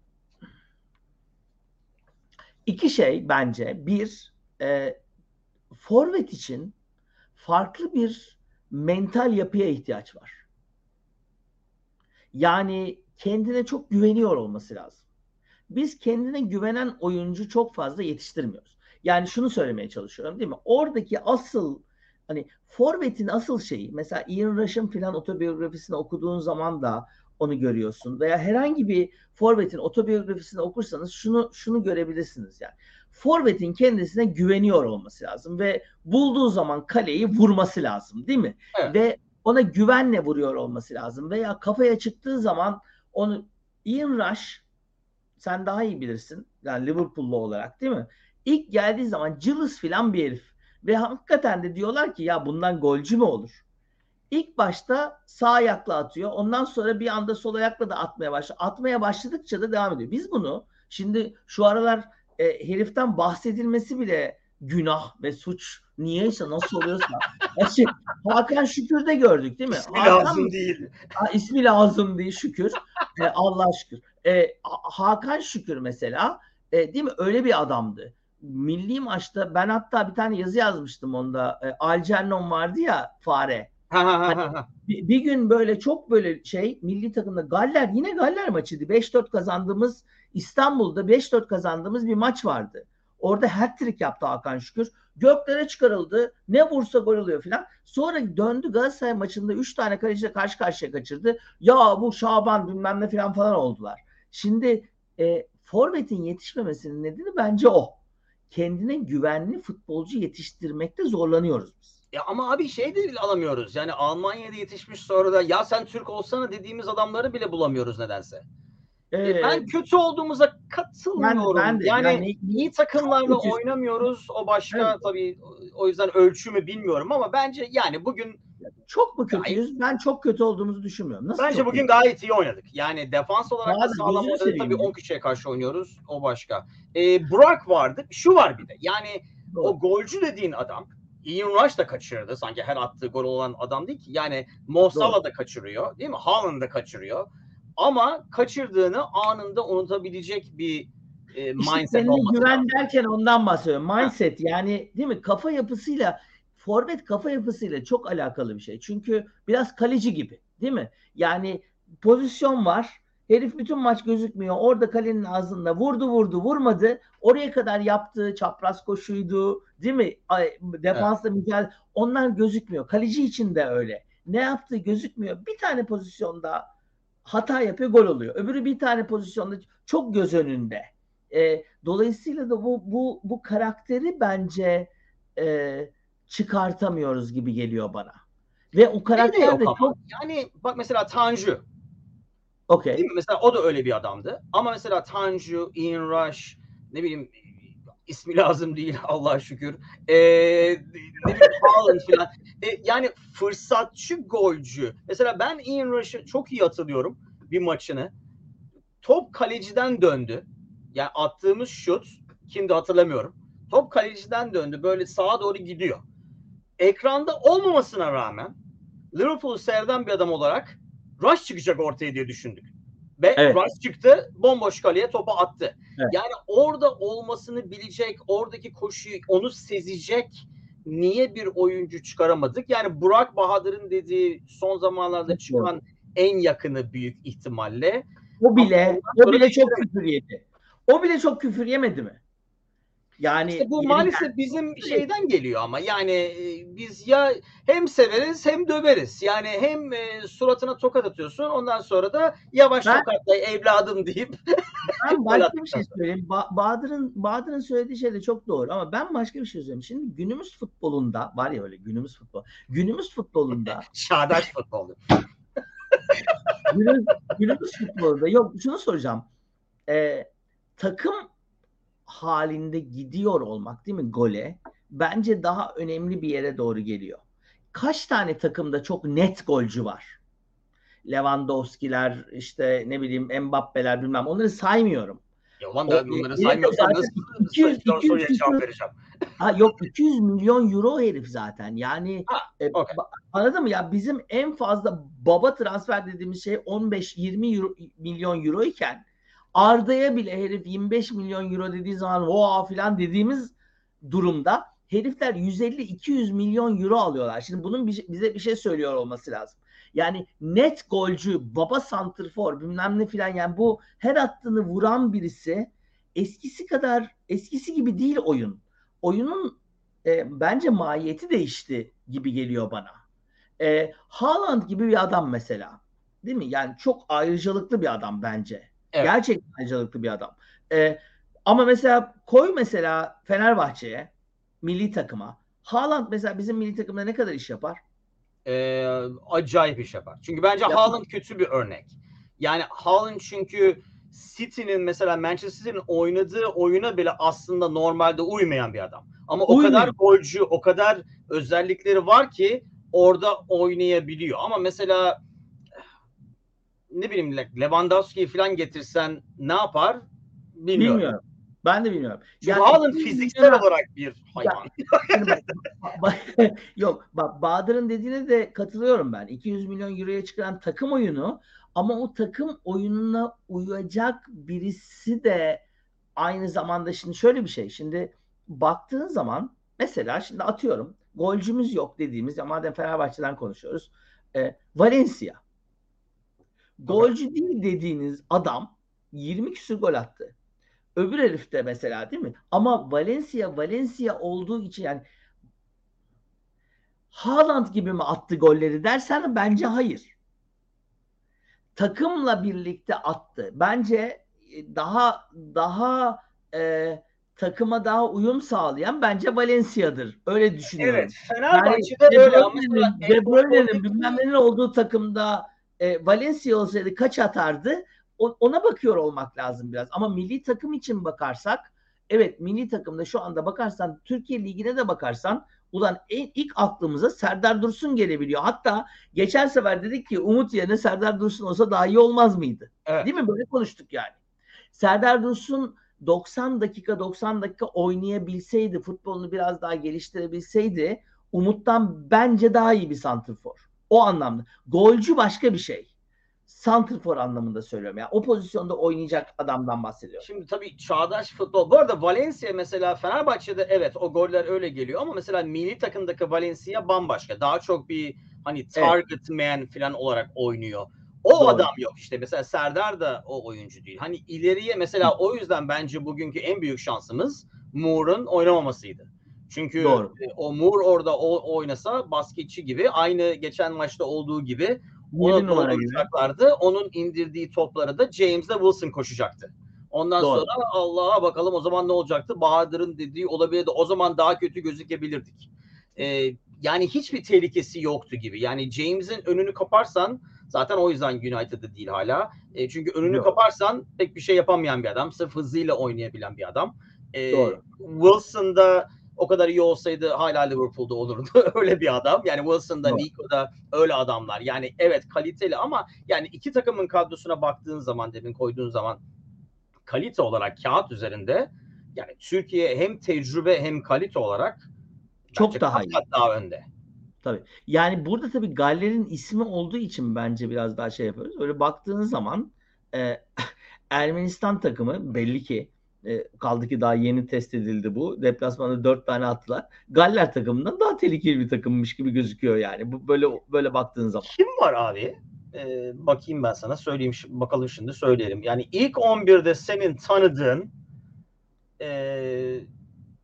İki şey bence. Bir, e, forvet için farklı bir mental yapıya ihtiyaç var. Yani kendine çok güveniyor olması lazım. Biz kendine güvenen oyuncu çok fazla yetiştirmiyoruz. Yani şunu söylemeye çalışıyorum değil mi? Oradaki asıl hani forvetin asıl şeyi mesela Ian Rush'ın filan otobiyografisini okuduğun zaman da onu görüyorsun. Veya herhangi bir forvetin otobiyografisini okursanız şunu şunu görebilirsiniz yani. Forvetin kendisine güveniyor olması lazım ve bulduğu zaman kaleyi vurması lazım değil mi? Evet. Ve ona güvenle vuruyor olması lazım. Veya kafaya çıktığı zaman onu Ian Rush sen daha iyi bilirsin. Yani Liverpool'lu olarak değil mi? İlk geldiği zaman cılız filan bir herif. Ve hakikaten de diyorlar ki ya bundan golcü mü olur? İlk başta sağ ayakla atıyor. Ondan sonra bir anda sol ayakla da atmaya başlıyor. Atmaya başladıkça da devam ediyor. Biz bunu şimdi şu aralar e, heriften bahsedilmesi bile günah ve suç. Niyeyse nasıl oluyorsa. Açık. Hakan Şükür'de gördük değil mi? İsmi Hakan lazım değil. Ha, ismi lazım değil şükür. E, Allah'a şükür. E, Hakan Şükür mesela e, değil mi? Öyle bir adamdı. Milli maçta ben hatta bir tane yazı yazmıştım onda. E, Algernon vardı ya fare. Hani bir, bir gün böyle çok böyle şey milli takımda Galler yine Galler maçıydı. beş dört kazandığımız İstanbul'da beş dört kazandığımız bir maç vardı. Orada hat-trick yaptı Hakan Şükür. Göklere çıkarıldı. Ne vursa gol oluyor filan. Sonra döndü Galatasaray maçında üç tane kaleciyle karşı karşıya kaçırdı. Ya bu Şaban bilmem ne filan falan oldular. Şimdi e, forvetin yetişmemesinin nedeni bence o. Kendine güvenli futbolcu yetiştirmekte zorlanıyoruz biz. Ya ama abi şey de alamıyoruz. Yani Almanya'da yetişmiş sonra da ya sen Türk olsana dediğimiz adamları bile bulamıyoruz nedense. Ee, ben kötü olduğumuza katılmıyorum. Ben, ben de, yani, yani iyi takımlarla oynamıyoruz. O başka evet. Tabii o yüzden ölçümü bilmiyorum ama bence yani bugün çok mu kötüyüz? Gayet, ben çok kötü olduğumuzu düşünmüyorum. Nasıl bence bugün iyi? Gayet iyi oynadık. Yani defans olarak Bahadır, da sağlam oynadık. Tabii on kişiye karşı oynuyoruz. O başka. Ee, Burak vardı. Şu var bir de. Yani doğru. O golcü dediğin adam Ian Rush da kaçırdı. Sanki her attığı gol olan adam değil ki. Yani Mo Salah da kaçırıyor. Değil mi? Haaland da kaçırıyor. Ama kaçırdığını anında unutabilecek bir e, mindset işte olması güven lazım. Derken ondan bahsediyorum. Mindset ha. Yani değil mi? Kafa yapısıyla forvet kafa yapısıyla çok alakalı bir şey. Çünkü biraz kaleci gibi değil mi? Yani pozisyon var. Herif bütün maç gözükmüyor. Orada kalenin ağzında vurdu vurdu vurmadı. Oraya kadar yaptığı çapraz koşuydu değil mi? Defansla evet. mücadele. Onlar gözükmüyor. Kaleci için de öyle. Ne yaptığı gözükmüyor. Bir tane pozisyonda hata yapıyor gol oluyor. Öbürü bir tane pozisyonda çok göz önünde. E, dolayısıyla da bu bu bu karakteri bence e, çıkartamıyoruz gibi geliyor bana. Ve o karakter de çok... Yani bak mesela Tanju. Okay. Değil mi? Mesela o da öyle bir adamdı. Ama mesela Tanju, Ian Rush, ne bileyim ismi lazım değil Allah'a şükür. Ee, ne bileyim Haaland falan. Ee, yani fırsatçı golcü. Mesela ben Ian Rush'ı çok iyi hatırlıyorum bir maçını. Top kaleciden döndü. Yani attığımız şut kimdi hatırlamıyorum. Top kaleciden döndü. Böyle sağa doğru gidiyor. Ekranda olmamasına rağmen Liverpool'u seyreden bir adam olarak Rush çıkacak ortaya diye düşündük. Ve evet. Rush çıktı, bomboş kaleye topu attı. Evet. Yani orada olmasını bilecek, oradaki koşuyu onu sezecek niye bir oyuncu çıkaramadık? Yani Burak Bahadır'ın dediği son zamanlarda çıkan en yakını büyük ihtimalle. O bile o bile çok küfür yedi. O bile çok küfür yemedi mi? Yani İşte bu yeri maalesef geldi. bizim şeyden geliyor ama yani e, biz ya hem severiz hem döveriz. Yani hem e, suratına tokat atıyorsun ondan sonra da yavaş Ben tokatla evladım deyip Ben gol başka bir attıktan şey sonra. söyleyeyim. Ba- Bahadır'ın Bahadır'ın söylediği şey de çok doğru ama ben başka bir şey söyleyeyim. Şimdi günümüz futbolunda var ya öyle günümüz futbol. Günümüz futbolunda Çağdaş futbol. günümüz, günümüz futbolunda yok şunu soracağım. Ee, takım halinde gidiyor olmak değil mi gole? Bence daha önemli bir yere doğru geliyor. Kaç tane takımda çok net golcü var? Lewandowski'ler işte ne bileyim Mbappe'ler bilmem onları saymıyorum. Ya ulan O ben e, bunları herif de saymıyorsam zaten nasıl iki yüz iki yüz soruya cevap küsur vereceğim? ha yok iki yüz milyon euro herif zaten. Yani Ha, e, okey. ba- anladın mı ya bizim en fazla baba transfer dediğimiz şey on beş yirmi euro, milyon euro iken Arda'ya bile herif yirmi beş milyon euro dediği zaman oha filan dediğimiz durumda herifler yüz elli iki yüz milyon euro alıyorlar. Şimdi bunun bize bir şey söylüyor olması lazım. Yani net golcü, baba santrfor bilmem ne filan yani bu her attığını vuran birisi eskisi kadar eskisi gibi değil oyun. Oyunun e, bence mahiyeti değişti gibi geliyor bana. E, Haaland gibi bir adam mesela. Değil mi? Yani çok ayrıcalıklı bir adam bence. Evet. Gerçekten ayrıcalıklı bir adam. E, ama mesela koy mesela Fenerbahçe'ye milli takıma. Haaland mesela bizim milli takımda ne kadar iş yapar? Ee, acayip iş yapar. Çünkü bence Yapar. Haaland kötü bir örnek. Yani Haaland çünkü City'nin mesela Manchester City'nin oynadığı oyuna bile aslında normalde uymayan bir adam. Ama o kadar Uymuyor. golcü, o kadar özellikleri var ki orada oynayabiliyor. Ama mesela ne bileyim Lewandowski'yi falan getirsen ne yapar bilmiyorum. Bilmiyorum. Ben de bilmiyorum. Çünkü Yani Haaland iki yüz fiziksel milyona olarak bir ya, hayvan. şimdi bak, bak yok bak Bahadır'ın dediğine de katılıyorum ben. iki yüz milyon euroya çıkaran takım oyunu ama o takım oyununa uyacak birisi de aynı zamanda şimdi şöyle bir şey. Şimdi baktığın zaman mesela şimdi atıyorum golcümüz yok dediğimiz ya madem Fenerbahçe'den konuşuyoruz. E, Valencia. Okay. Golcü değil dediğiniz adam yirmi küsur gol attı. Öbür herif de mesela değil mi? Ama Valencia Valencia olduğu için yani Haaland gibi mi attı golleri dersen bence hayır. Takımla birlikte attı. Bence daha daha e, takıma daha uyum sağlayan bence Valencia'dır. Öyle Evet, düşünüyorum. Yani Fenerbahçe'de De öyle ama mesela Bruyne'nin El De Bruyne'nin Bospor'daki bilmem nenin olduğu takımda e, Valencia olsaydı kaç atardı? O, ona bakıyor olmak lazım biraz. Ama milli takım için bakarsak evet milli takımda şu anda bakarsan Türkiye Ligi'ne de bakarsan ulan en, ilk aklımıza Serdar Dursun gelebiliyor. Hatta geçen sefer dedik ki Umut yerine Serdar Dursun olsa daha iyi olmaz mıydı? evet. Değil mi? Böyle konuştuk yani. Serdar Dursun doksan dakika doksan dakika oynayabilseydi, futbolunu biraz daha geliştirebilseydi Umut'tan bence daha iyi bir santrfor. O anlamda. Golcü başka bir şey. Santrfor anlamında söylüyorum. Yani o pozisyonda oynayacak adamdan bahsediyorum. Şimdi tabii çağdaş futbol. Bu arada Valencia mesela Fenerbahçe'de evet o goller öyle geliyor ama mesela milli takımdaki Valencia bambaşka. Daha çok bir hani Evet, target man falan olarak oynuyor. O adam doğru. yok işte. Mesela Serdar da o oyuncu değil. Hani ileriye mesela o yüzden bence bugünkü en büyük şansımız Moore'un oynamamasıydı. Çünkü Doğru. o Moore orada o, oynasa basketçi gibi aynı geçen maçta olduğu gibi yedi onu numara gibi. dolduracaklardı. Onun indirdiği topları da James'le Wilson koşacaktı. Ondan sonra Doğru. Allah'a bakalım o zaman ne olacaktı? Bahadır'ın dediği olabilirdi. O zaman daha kötü gözükebilirdik. Ee, yani hiçbir tehlikesi yoktu gibi. Yani James'in önünü kaparsan zaten o yüzden United'da değil hala. E, çünkü önünü Yok. kaparsan pek bir şey yapamayan bir adam. Sırf hızıyla oynayabilen bir adam. E, Doğru. Wilson da o kadar iyi olsaydı hala Liverpool'da olurdu. Öyle bir adam. Yani Wilson'da, Doğru. Nico'da öyle adamlar. Yani evet kaliteli ama yani iki takımın kadrosuna baktığın zaman demin koyduğun zaman kalite olarak kağıt üzerinde yani Türkiye hem tecrübe hem kalite olarak bence Çok kat daha iyi. kat daha önde. Tabii. Yani burada tabii Galler'in ismi olduğu için bence biraz daha şey yapıyoruz. Öyle baktığınız zaman e, Ermenistan takımı belli ki e, kaldı ki daha yeni test edildi bu. Deplasmanda dört tane attılar. Galler takımından daha tehlikeli bir takımmış gibi gözüküyor yani. Bu böyle böyle baktığın zaman. Kim var abi? Ee, bakayım ben sana söyleyeyim bakalım şimdi söyleyelim. Yani ilk on birde senin tanıdığın e,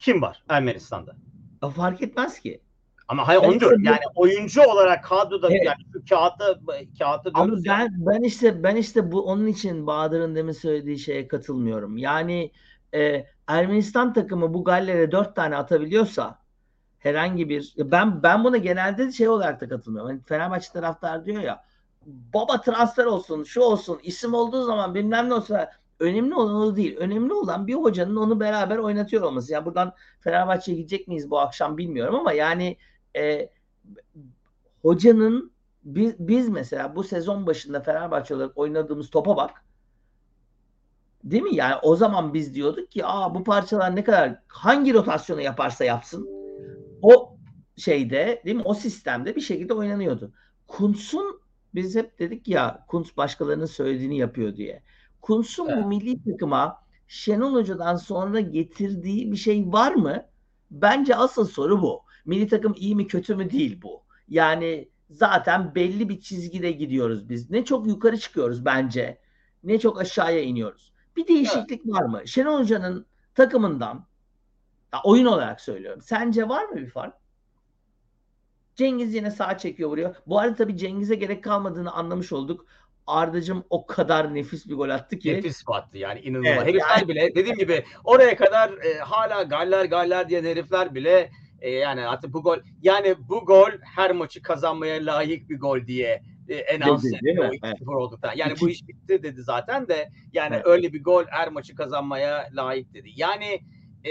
kim var Ermenistan'da? Ya fark etmez ki. Ama hayır Ben onu diyorum. işte- Yani oyuncu olarak kadroda Evet. yani şu kağıtta kağıtta Ama diyoruz ya. ben ben işte ben işte bu onun için Bahadır'ın demin söylediği şeye katılmıyorum. Yani e, Ermenistan takımı bu Galler'e dört tane atabiliyorsa herhangi bir ben ben buna genelde şey olarak da katılmıyorum. Hani Fenerbahçe taraftar diyor ya baba transfer olsun, şu olsun, isim olduğu zaman bilmem ne olsa önemli olan o değil. Önemli olan bir hocanın onu beraber oynatıyor olması. Yani buradan Fenerbahçe'ye gidecek miyiz bu akşam bilmiyorum ama yani e, hocanın biz, biz mesela bu sezon başında Fenerbahçe olarak oynadığımız topa bak. Değil mi? Yani o zaman biz diyorduk ki aa bu parçalar ne kadar hangi rotasyonu yaparsa yapsın o şeyde değil mi? O sistemde bir şekilde oynanıyordu. Kuntz'un biz hep dedik ya Kuntz başkalarının söylediğini yapıyor diye. Kuntz'un Evet. bu milli takıma Şenol Hoca'dan sonra getirdiği bir şey var mı? Bence asıl soru bu. Milli takım iyi mi kötü mü değil bu. Yani zaten belli bir çizgide gidiyoruz biz. Ne çok yukarı çıkıyoruz bence. Ne çok aşağıya iniyoruz. Bir değişiklik var mı? Şenol Hoca'nın takımından ya oyun olarak söylüyorum. Sence var mı bir fark? Cengiz yine sağa çekiyor vuruyor. Bu arada tabii Cengiz'e gerek kalmadığını anlamış olduk. Arda'cığım o kadar nefis bir gol attı ki. Nefis battı yani inanılmaz. Evet, herifler yani- bile dediğim gibi oraya kadar e, hala galler galler diyen herifler bile e, yani artık bu gol yani bu gol her maçı kazanmaya layık bir gol diye e, anons Dedi, değil ediyor mi? iki sıfır Evet. olduktan. Yani İki- bu iş bitti dedi zaten de yani Evet. öyle bir gol her maçı kazanmaya layık dedi. Yani e,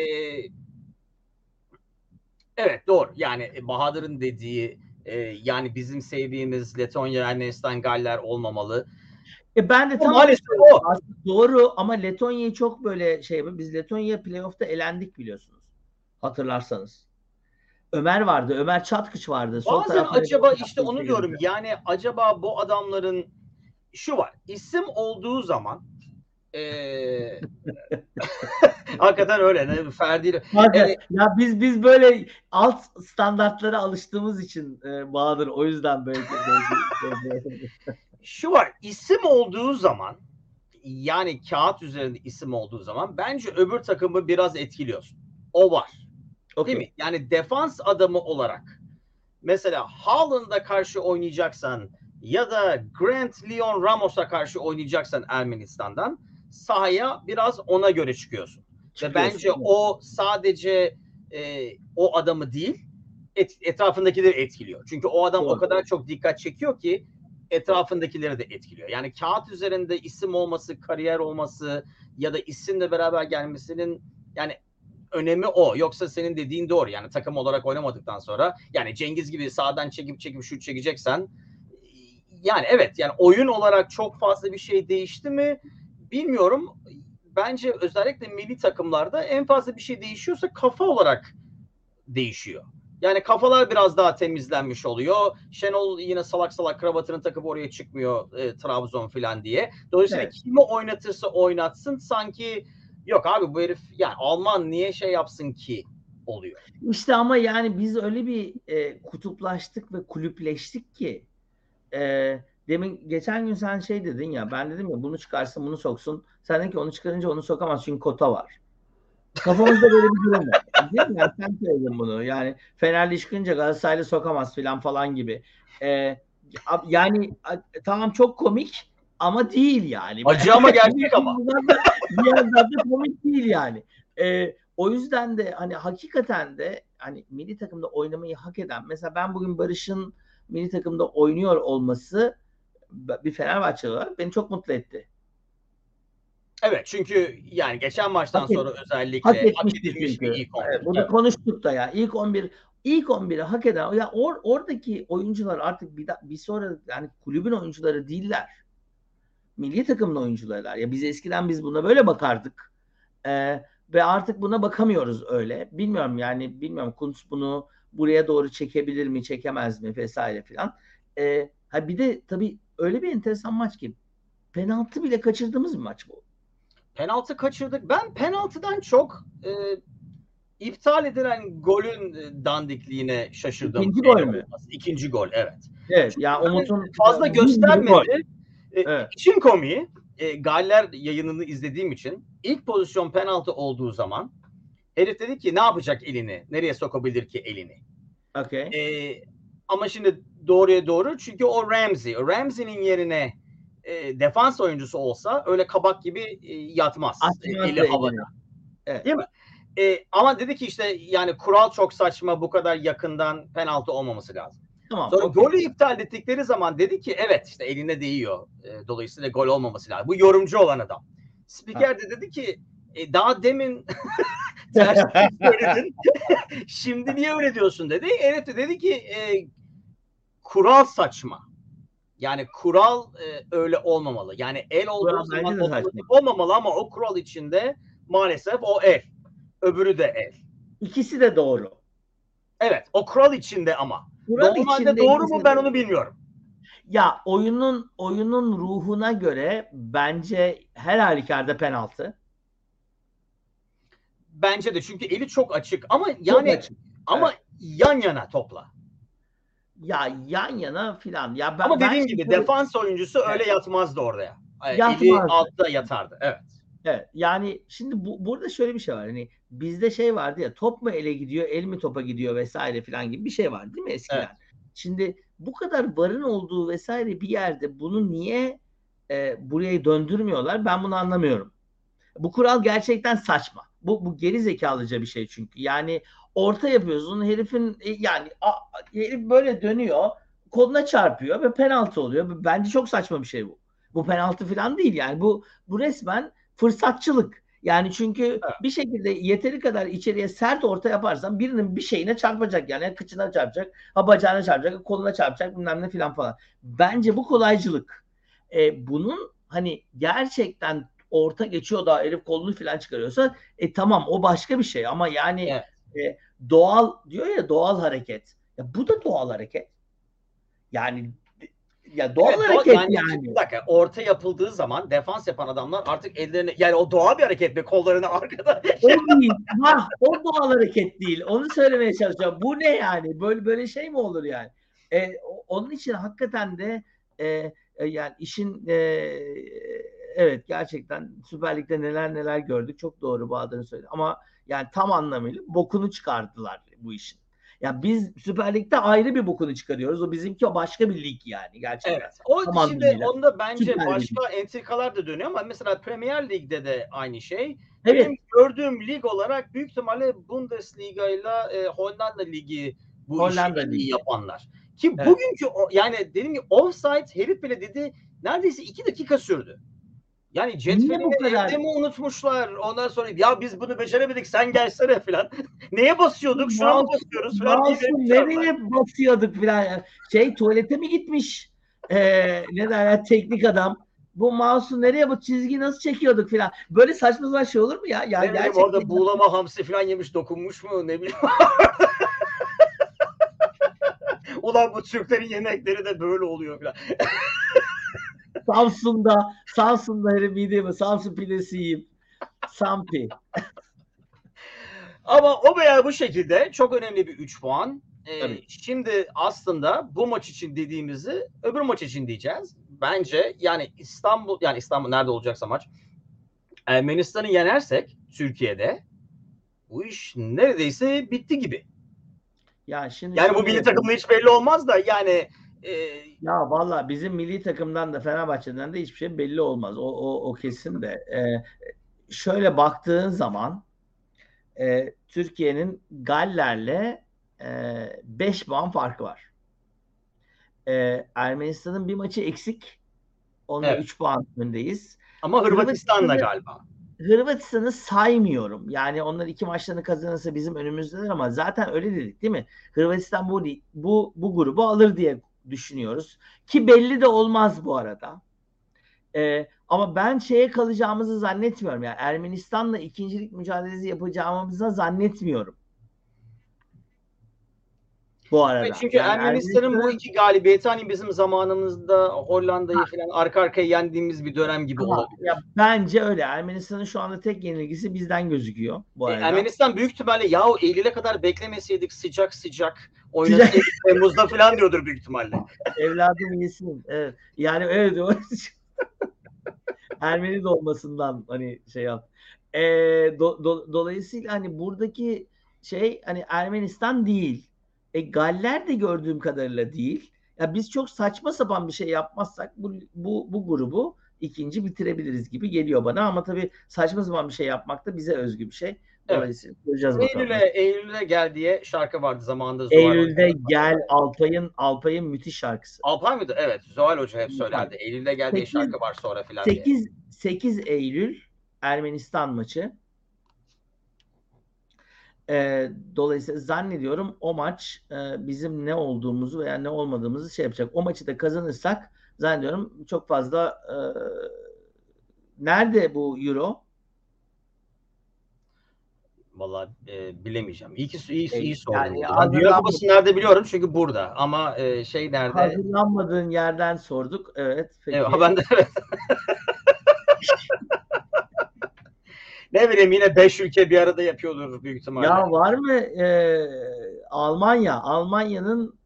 evet doğru. Yani Bahadır'ın dediği e, yani bizim sevdiğimiz Letonya, Ermenistan, Galler olmamalı. E ben de O tam maalesef o. aslında doğru ama Letonya'yı çok böyle şey biz Letonya playoff'ta elendik biliyorsunuz. Hatırlarsanız. Ömer vardı. Ömer Çatkıç vardı. Sol Bazen tarafta acaba işte onu diyorum yani acaba bu adamların şu var isim olduğu zaman ee, hakikaten öyle ne Ferdi Bakın, e, ya biz biz böyle alt standartlara alıştığımız için e, Bahadır o yüzden böyle, böyle şu var isim olduğu zaman yani kağıt üzerinde isim olduğu zaman bence öbür takımı biraz etkiliyorsun. O var. okay. Değil mi? Yani defans adamı olarak mesela Haaland'a karşı oynayacaksan ya da Grant Leon Ramos'a karşı oynayacaksan Ermenistan'dan sahaya biraz ona göre çıkıyorsun. Ve bence evet. o sadece e, o adamı değil et, etrafındakileri etkiliyor. Çünkü o adam Doğru. o kadar çok dikkat çekiyor ki etrafındakileri de etkiliyor. Yani kağıt üzerinde isim olması, kariyer olması ya da isimle beraber gelmesinin yani önemi o. Yoksa senin dediğin doğru. Yani takım olarak oynamadıktan sonra yani Cengiz gibi sağdan çekip çekip şut çekeceksen yani evet yani oyun olarak çok fazla bir şey değişti mi bilmiyorum. Bence özellikle milli takımlarda en fazla bir şey değişiyorsa kafa olarak değişiyor. Yani kafalar biraz daha temizlenmiş oluyor. Şenol yine salak salak kravatını takıp oraya çıkmıyor e, Trabzon falan diye. Dolayısıyla evet. Kimi oynatırsa oynatsın sanki yok abi bu herif yani Alman niye şey yapsın ki oluyor. İşte ama yani biz öyle bir e, kutuplaştık ve kulüpleştik ki e, demin geçen gün sen şey dedin ya ben dedim ya bunu çıkarsın bunu soksun. Sen dedin ki onu çıkarınca onu sokamaz çünkü kota var. Kafamızda böyle bir durum var. Değil mi? Yani sen söyledin bunu. Yani Fenerli çıkınca Galatasaraylı sokamaz falan falan gibi. Ee, yani tamam çok komik ama değil yani. Acı ama gerçek ama. Bir yandan da komik değil yani. Ee, o yüzden de hani hakikaten de hani milli takımda oynamayı hak eden mesela ben bugün Barış'ın milli takımda oynuyor olması bir Fenerbahçeli olarak beni çok mutlu etti. Evet çünkü yani geçen maçtan Hak sonra et, özellikle hak hak etmişti edilmiş çünkü. bir ilk on bir. Evet, bunu evet. konuştuk da ya. İlk on bir ilk on biri hak eden ya or, oradaki oyuncular artık bir, bir sonra yani kulübün oyuncuları değiller. Milli takımın oyuncularılar. Ya biz eskiden biz buna böyle bakardık. Ee, ve artık buna bakamıyoruz öyle. Bilmiyorum yani bilmiyorum Kuntz bunu buraya doğru çekebilir mi, çekemez mi vesaire filan. Ee, ha bir de tabii öyle bir enteresan maç ki penaltı bile kaçırdığımız bir maç bu. Penaltı kaçırdık. Ben penaltıdan çok e, iptal edilen golün dandikliğine şaşırdım. İkinci gol mü? İkinci gol evet. Evet. Ya yani Umut'un fazla göstermedi. E, evet. İşin komiği e, Galler yayınını izlediğim için ilk pozisyon penaltı olduğu zaman Herif dedi ki ne yapacak elini? Nereye sokabilir ki elini? Okay. Ee, ama şimdi doğruya doğru çünkü o Ramsey. Ramsey'nin yerine e, defans oyuncusu olsa öyle kabak gibi e, yatmaz. Atmaz Eli da havada. elini. Evet. Değil mi? E, ama dedi ki işte yani kural çok saçma, bu kadar yakından penaltı olmaması lazım. Tamam, Sonra okay. golü iptal ettikleri zaman dedi ki evet işte eline değiyor. E, dolayısıyla gol olmaması lazım. Bu yorumcu olan adam. Spiker de dedi ki e, daha demin ters söyledin. Şimdi niye öyle diyorsun dedi. Herif de dedi ki e, kural saçma. Yani kural e, öyle olmamalı. Yani el olduğu Kural zaman bence de saçma. otomatik olmamalı ama o kural içinde maalesef o el. Öbürü de el. İkisi de doğru. Evet, o kural içinde ama. Kural Normalde içinde doğru ikisi mu de ben doğru. onu bilmiyorum. Ya oyunun oyunun ruhuna göre bence her halükarda penaltı. Bence de çünkü eli çok açık ama Çok yani açık. ama Evet. yan yana topla. Ya yan yana filan. Ya ben Ama ben dediğim şimdi gibi böyle- defans oyuncusu Evet. öyle yatmazdı oraya. Eli Yatmazdı. altta yatardı. Evet. Evet. Yani şimdi bu, burada şöyle bir şey var. Hani bizde şey vardı ya, top mu ele gidiyor, el mi topa gidiyor vesaire filan gibi bir şey var değil mi eskiden? Evet. Şimdi bu kadar varın olduğu vesaire bir yerde bunu niye e, buraya döndürmüyorlar? Ben bunu anlamıyorum. Bu kural gerçekten saçma. Bu, bu geri zekalıca bir şey çünkü. Yani orta yapıyorsun, herifin e, yani a, herif böyle dönüyor, koluna çarpıyor ve penaltı oluyor. Bence çok saçma bir şey bu. Bu penaltı falan değil yani. Bu bu resmen fırsatçılık. Yani çünkü Evet. bir şekilde yeteri kadar içeriye sert orta yaparsan birinin bir şeyine çarpacak. Yani ya kıçına çarpacak, ha bacağına çarpacak, koluna çarpacak bilmem ne falan falan. Bence bu kolaycılık. E, bunun hani gerçekten orta geçiyor da herif kolunu falan çıkarıyorsa e tamam o başka bir şey ama yani Evet. e, doğal diyor ya, doğal hareket. Ya bu da doğal hareket. Yani ya doğal Evet, hareket yani, yani. bir dakika, orta yapıldığı zaman defans yapan adamlar artık ellerini, yani o doğal bir hareket mi, kollarını arkada. O değil. Ha, o doğal hareket değil. Onu söylemeye çalışıyorum. Bu ne yani? Böyle böyle şey mi olur yani? E, onun için hakikaten de e, e, yani işin e, evet gerçekten Süper Lig'de neler neler gördük. Çok doğru Bahadır'ın söyledi. Ama yani tam anlamıyla bokunu çıkardılar bu işin. Ya biz Süper Lig'de ayrı bir bokunu çıkarıyoruz. O bizimki o başka bir lig yani gerçekten. Evet. O Tam şimdi anlamıyla. onda bence Süper başka entrikalar da dönüyor ama mesela Premier Lig'de de aynı şey. Evet. Benim gördüğüm lig olarak büyük ihtimalle Bundesliga ile e, Hollanda Ligi bu Hollanda işi en iyi Ligi. yapanlar. Ki Evet. bugünkü o, yani dediğim gibi offside herif bile dedi neredeyse iki dakika sürdü. Yani Niye cetvelini bu kadar? evde mi unutmuşlar? Ondan sonra ya biz bunu beceremedik sen gelsene falan. Neye basıyorduk? Şuna mı Mouse, basıyoruz falan diye mouse'u vermişler. nereye basıyorduk falan. Şey tuvalete mi gitmiş? Ee, ne derler teknik adam. Bu mouse'u nereye bu çizgi nasıl çekiyorduk falan. Böyle saçma sapan şey olur mu ya? Ya Ne bileyim gerçekten. orada buğulama hamsi falan yemiş, dokunmuş mu ne bileyim. Ulan bu Türklerin yemekleri de böyle oluyor falan. Samsun'da Samsun'da herif mideye mi? Samsun pidesi yiyeyim. Sampi. Ama o veya bu şekilde çok önemli bir üç puan. Ee, Tabii. şimdi aslında bu maç için dediğimizi öbür maç için diyeceğiz. Bence yani İstanbul, yani İstanbul nerede olacaksa maç, Ermenistan'ı yenersek Türkiye'de bu iş neredeyse bitti gibi. Ya şimdi Yani bu şöyle milli yapalım. takımda hiç belli olmaz da yani e, Ya valla bizim milli takımdan da Fenerbahçe'den de hiçbir şey belli olmaz. O, o, o kesin de. Ee, şöyle baktığın zaman e, Türkiye'nin Galler'le beş e, puan farkı var. E, Ermenistan'ın bir maçı eksik. Onda evet. üç puan öndeyiz. Ama Hırvatistan'la Hırvatistan'ı galiba. Hırvatistan'ı saymıyorum. Yani onlar iki maçlarını kazanırsa bizim önümüzdeler ama zaten öyle dedik değil mi? Hırvatistan bu bu bu grubu alır diye düşünüyoruz. Ki belli de olmaz bu arada. Ee, ama ben şeye kalacağımızı zannetmiyorum. Yani Ermenistan'la ikincilik mücadelesi yapacağımızı zannetmiyorum. Bu Evet, arada. çünkü Yani Ermenistan'ın bu Ermenistan'ın iki galibiyeti hani bizim zamanımızda Hollanda'yı falan arka arkaya yendiğimiz bir dönem gibi Aha, ya olabilir. bence öyle. Ermenistan'ın şu anda tek yenilgisi bizden gözüküyor bu E, arada. Ermenistan büyük ihtimalle yahu Eylül'e kadar beklemeseydik sıcak sıcak oynasaydık Temmuz'da falan diyordur büyük ihtimalle. Evladım iyisin. Evet. Yani evet. Ermeni de olmasından hani şey yap. E, do, do, dolayısıyla hani buradaki şey hani Ermenistan değil. E, Galler de gördüğüm kadarıyla değil. Ya biz çok saçma sapan bir şey yapmazsak bu, bu, bu grubu ikinci bitirebiliriz gibi geliyor bana. Ama tabii saçma sapan bir şey yapmak da bize özgü bir şey. Evet. Dolayısıyla göreceğiz bakalım. Eylül'e Eylül'e gel diye şarkı vardı zamanında Zuhal Eylül'de Hoca. gel Alpay'ın Alpay'ın müthiş şarkısı. Alpay mıydı? Evet. Zuhal Hoca hep Alpay. söylerdi. Eylül'e gel diye şarkı var sonra filan diye. sekiz, sekiz Eylül Ermenistan maçı. E, dolayısıyla zannediyorum o maç e, bizim ne olduğumuzu veya ne olmadığımızı şey yapacak. O maçı da kazanırsak zannediyorum çok fazla e, nerede bu Euro? Vallahi e, bilemeyeceğim. İyi ki iyi, E, iyi sordun. yani Ben Dünya hazırlanma, Kupası nerede biliyorum çünkü burada. Ama e, şey nerede? hazırlanmadığın yerden sorduk. Evet, Evet, peki. ben de evet. Ne bileyim yine beş ülke bir arada yapıyordur büyük ihtimalle. Ya var mı e, Almanya? Almanya'nın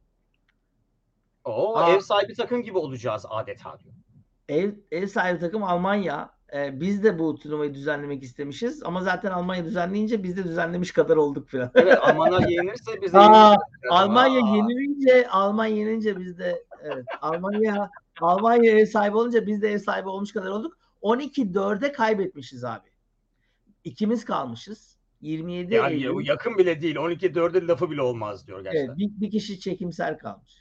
O a, ev sahibi takım gibi olacağız adeta diyor. ev, ev sahibi takım Almanya. E, biz de bu turnuvayı düzenlemek istemişiz. Ama zaten Almanya düzenleyince biz de düzenlemiş kadar olduk falan. Evet, Almanlar yenilirse biz de Aa, yeniliriz. Almanya Aa. yenilince Almanya yenince biz de evet Almanya Almanya ev sahibi olunca biz de ev sahibi olmuş kadar olduk. on iki dörde kaybetmişiz abi. İkimiz kalmışız. yirmi yedi Yani ya- Eylül. yakın bile değil. on iki dördün lafı bile olmaz diyor Evet, gerçekten. bir, bir kişi çekimser kalmış.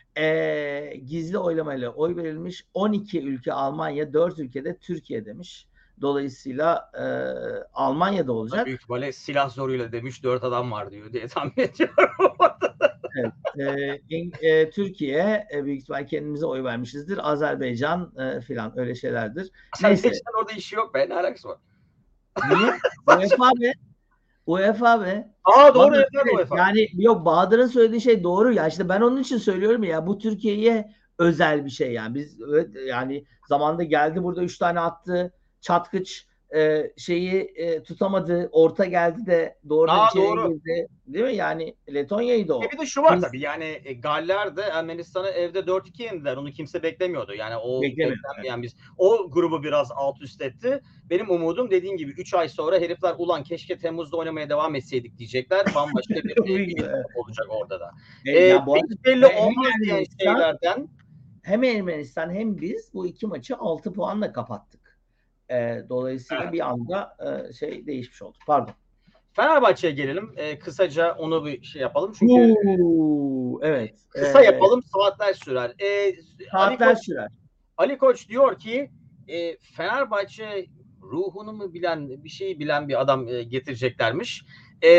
Ee, gizli oylamayla oy verilmiş. on iki ülke Almanya, dört ülkede Türkiye demiş. Dolayısıyla e, Almanya'da olacak. Büyük ihtimalle silah zoruyla demiş dört adam var diyor diye tahmin ediyorum. Evet. E, e, Türkiye e, büyük ihtimal kendimize oy vermişizdir. Azerbaycan e, filan öyle şeylerdir. Neyse. Azerbaycan orada işi yok be. Ne alakası var? Niye? UEFA be. UEFA be. Aa doğru Vallahi, evet, UEFA. yani yok Bahadır'ın söylediği şey doğru ya. İşte ben onun için söylüyorum ya. Bu Türkiye'ye özel bir şey yani. Biz yani zamanda geldi burada üç tane attı. Çatkıç e, şeyi e, tutamadı. Orta geldi de doğrudan Aa içeriye doğru. girdi. Değil mi? Yani Letonya'ydı E o. bir de şu var Biz tabii yani e, Galler de Ermenistan'ı evde dört iki yendiler. Onu kimse beklemiyordu. Yani o beklemiyorum. beklenmeyen biz. O grubu biraz alt üst etti. Benim umudum dediğin gibi üç ay sonra herifler ulan keşke Temmuz'da oynamaya devam etseydik diyecekler. Bambaşka bir e, olacak orada da. E, E, ya bu pek arada belli hem olmaz diyen Ermenistan, şeylerden. hem Ermenistan hem biz bu iki maçı altı puanla kapattık. E, dolayısıyla Evet. bir anda e, şey değişmiş oldu. Pardon. Fenerbahçe'ye gelelim. E, kısaca onu bir şey yapalım. Çünkü Uuu, evet. kısa E, yapalım. Saatler sürer. E, Ali saatler Koç sürer. Ali Koç diyor ki e, Fenerbahçe ruhunu mu bilen bir şeyi bilen bir adam e, getireceklermiş. E,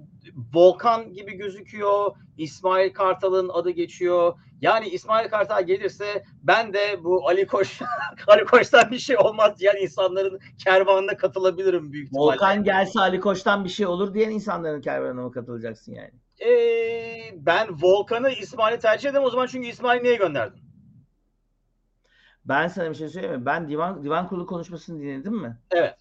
Volkan gibi gözüküyor. İsmail Kartal'ın adı geçiyor. Yani İsmail Kartal gelirse ben de bu Ali Koç Ali Koç'tan bir şey olmaz diyen insanların kervanına katılabilirim büyük ihtimalle. Volkan gelse Ali Koç'tan bir şey olur diyen insanların kervanına mı katılacaksın yani? E, ben Volkan'ı İsmail'i tercih ederim o zaman çünkü İsmail'i niye gönderdin? Ben sana bir şey söyleyeyim mi? Ben divan divan kurulu konuşmasını dinledim mi? Evet.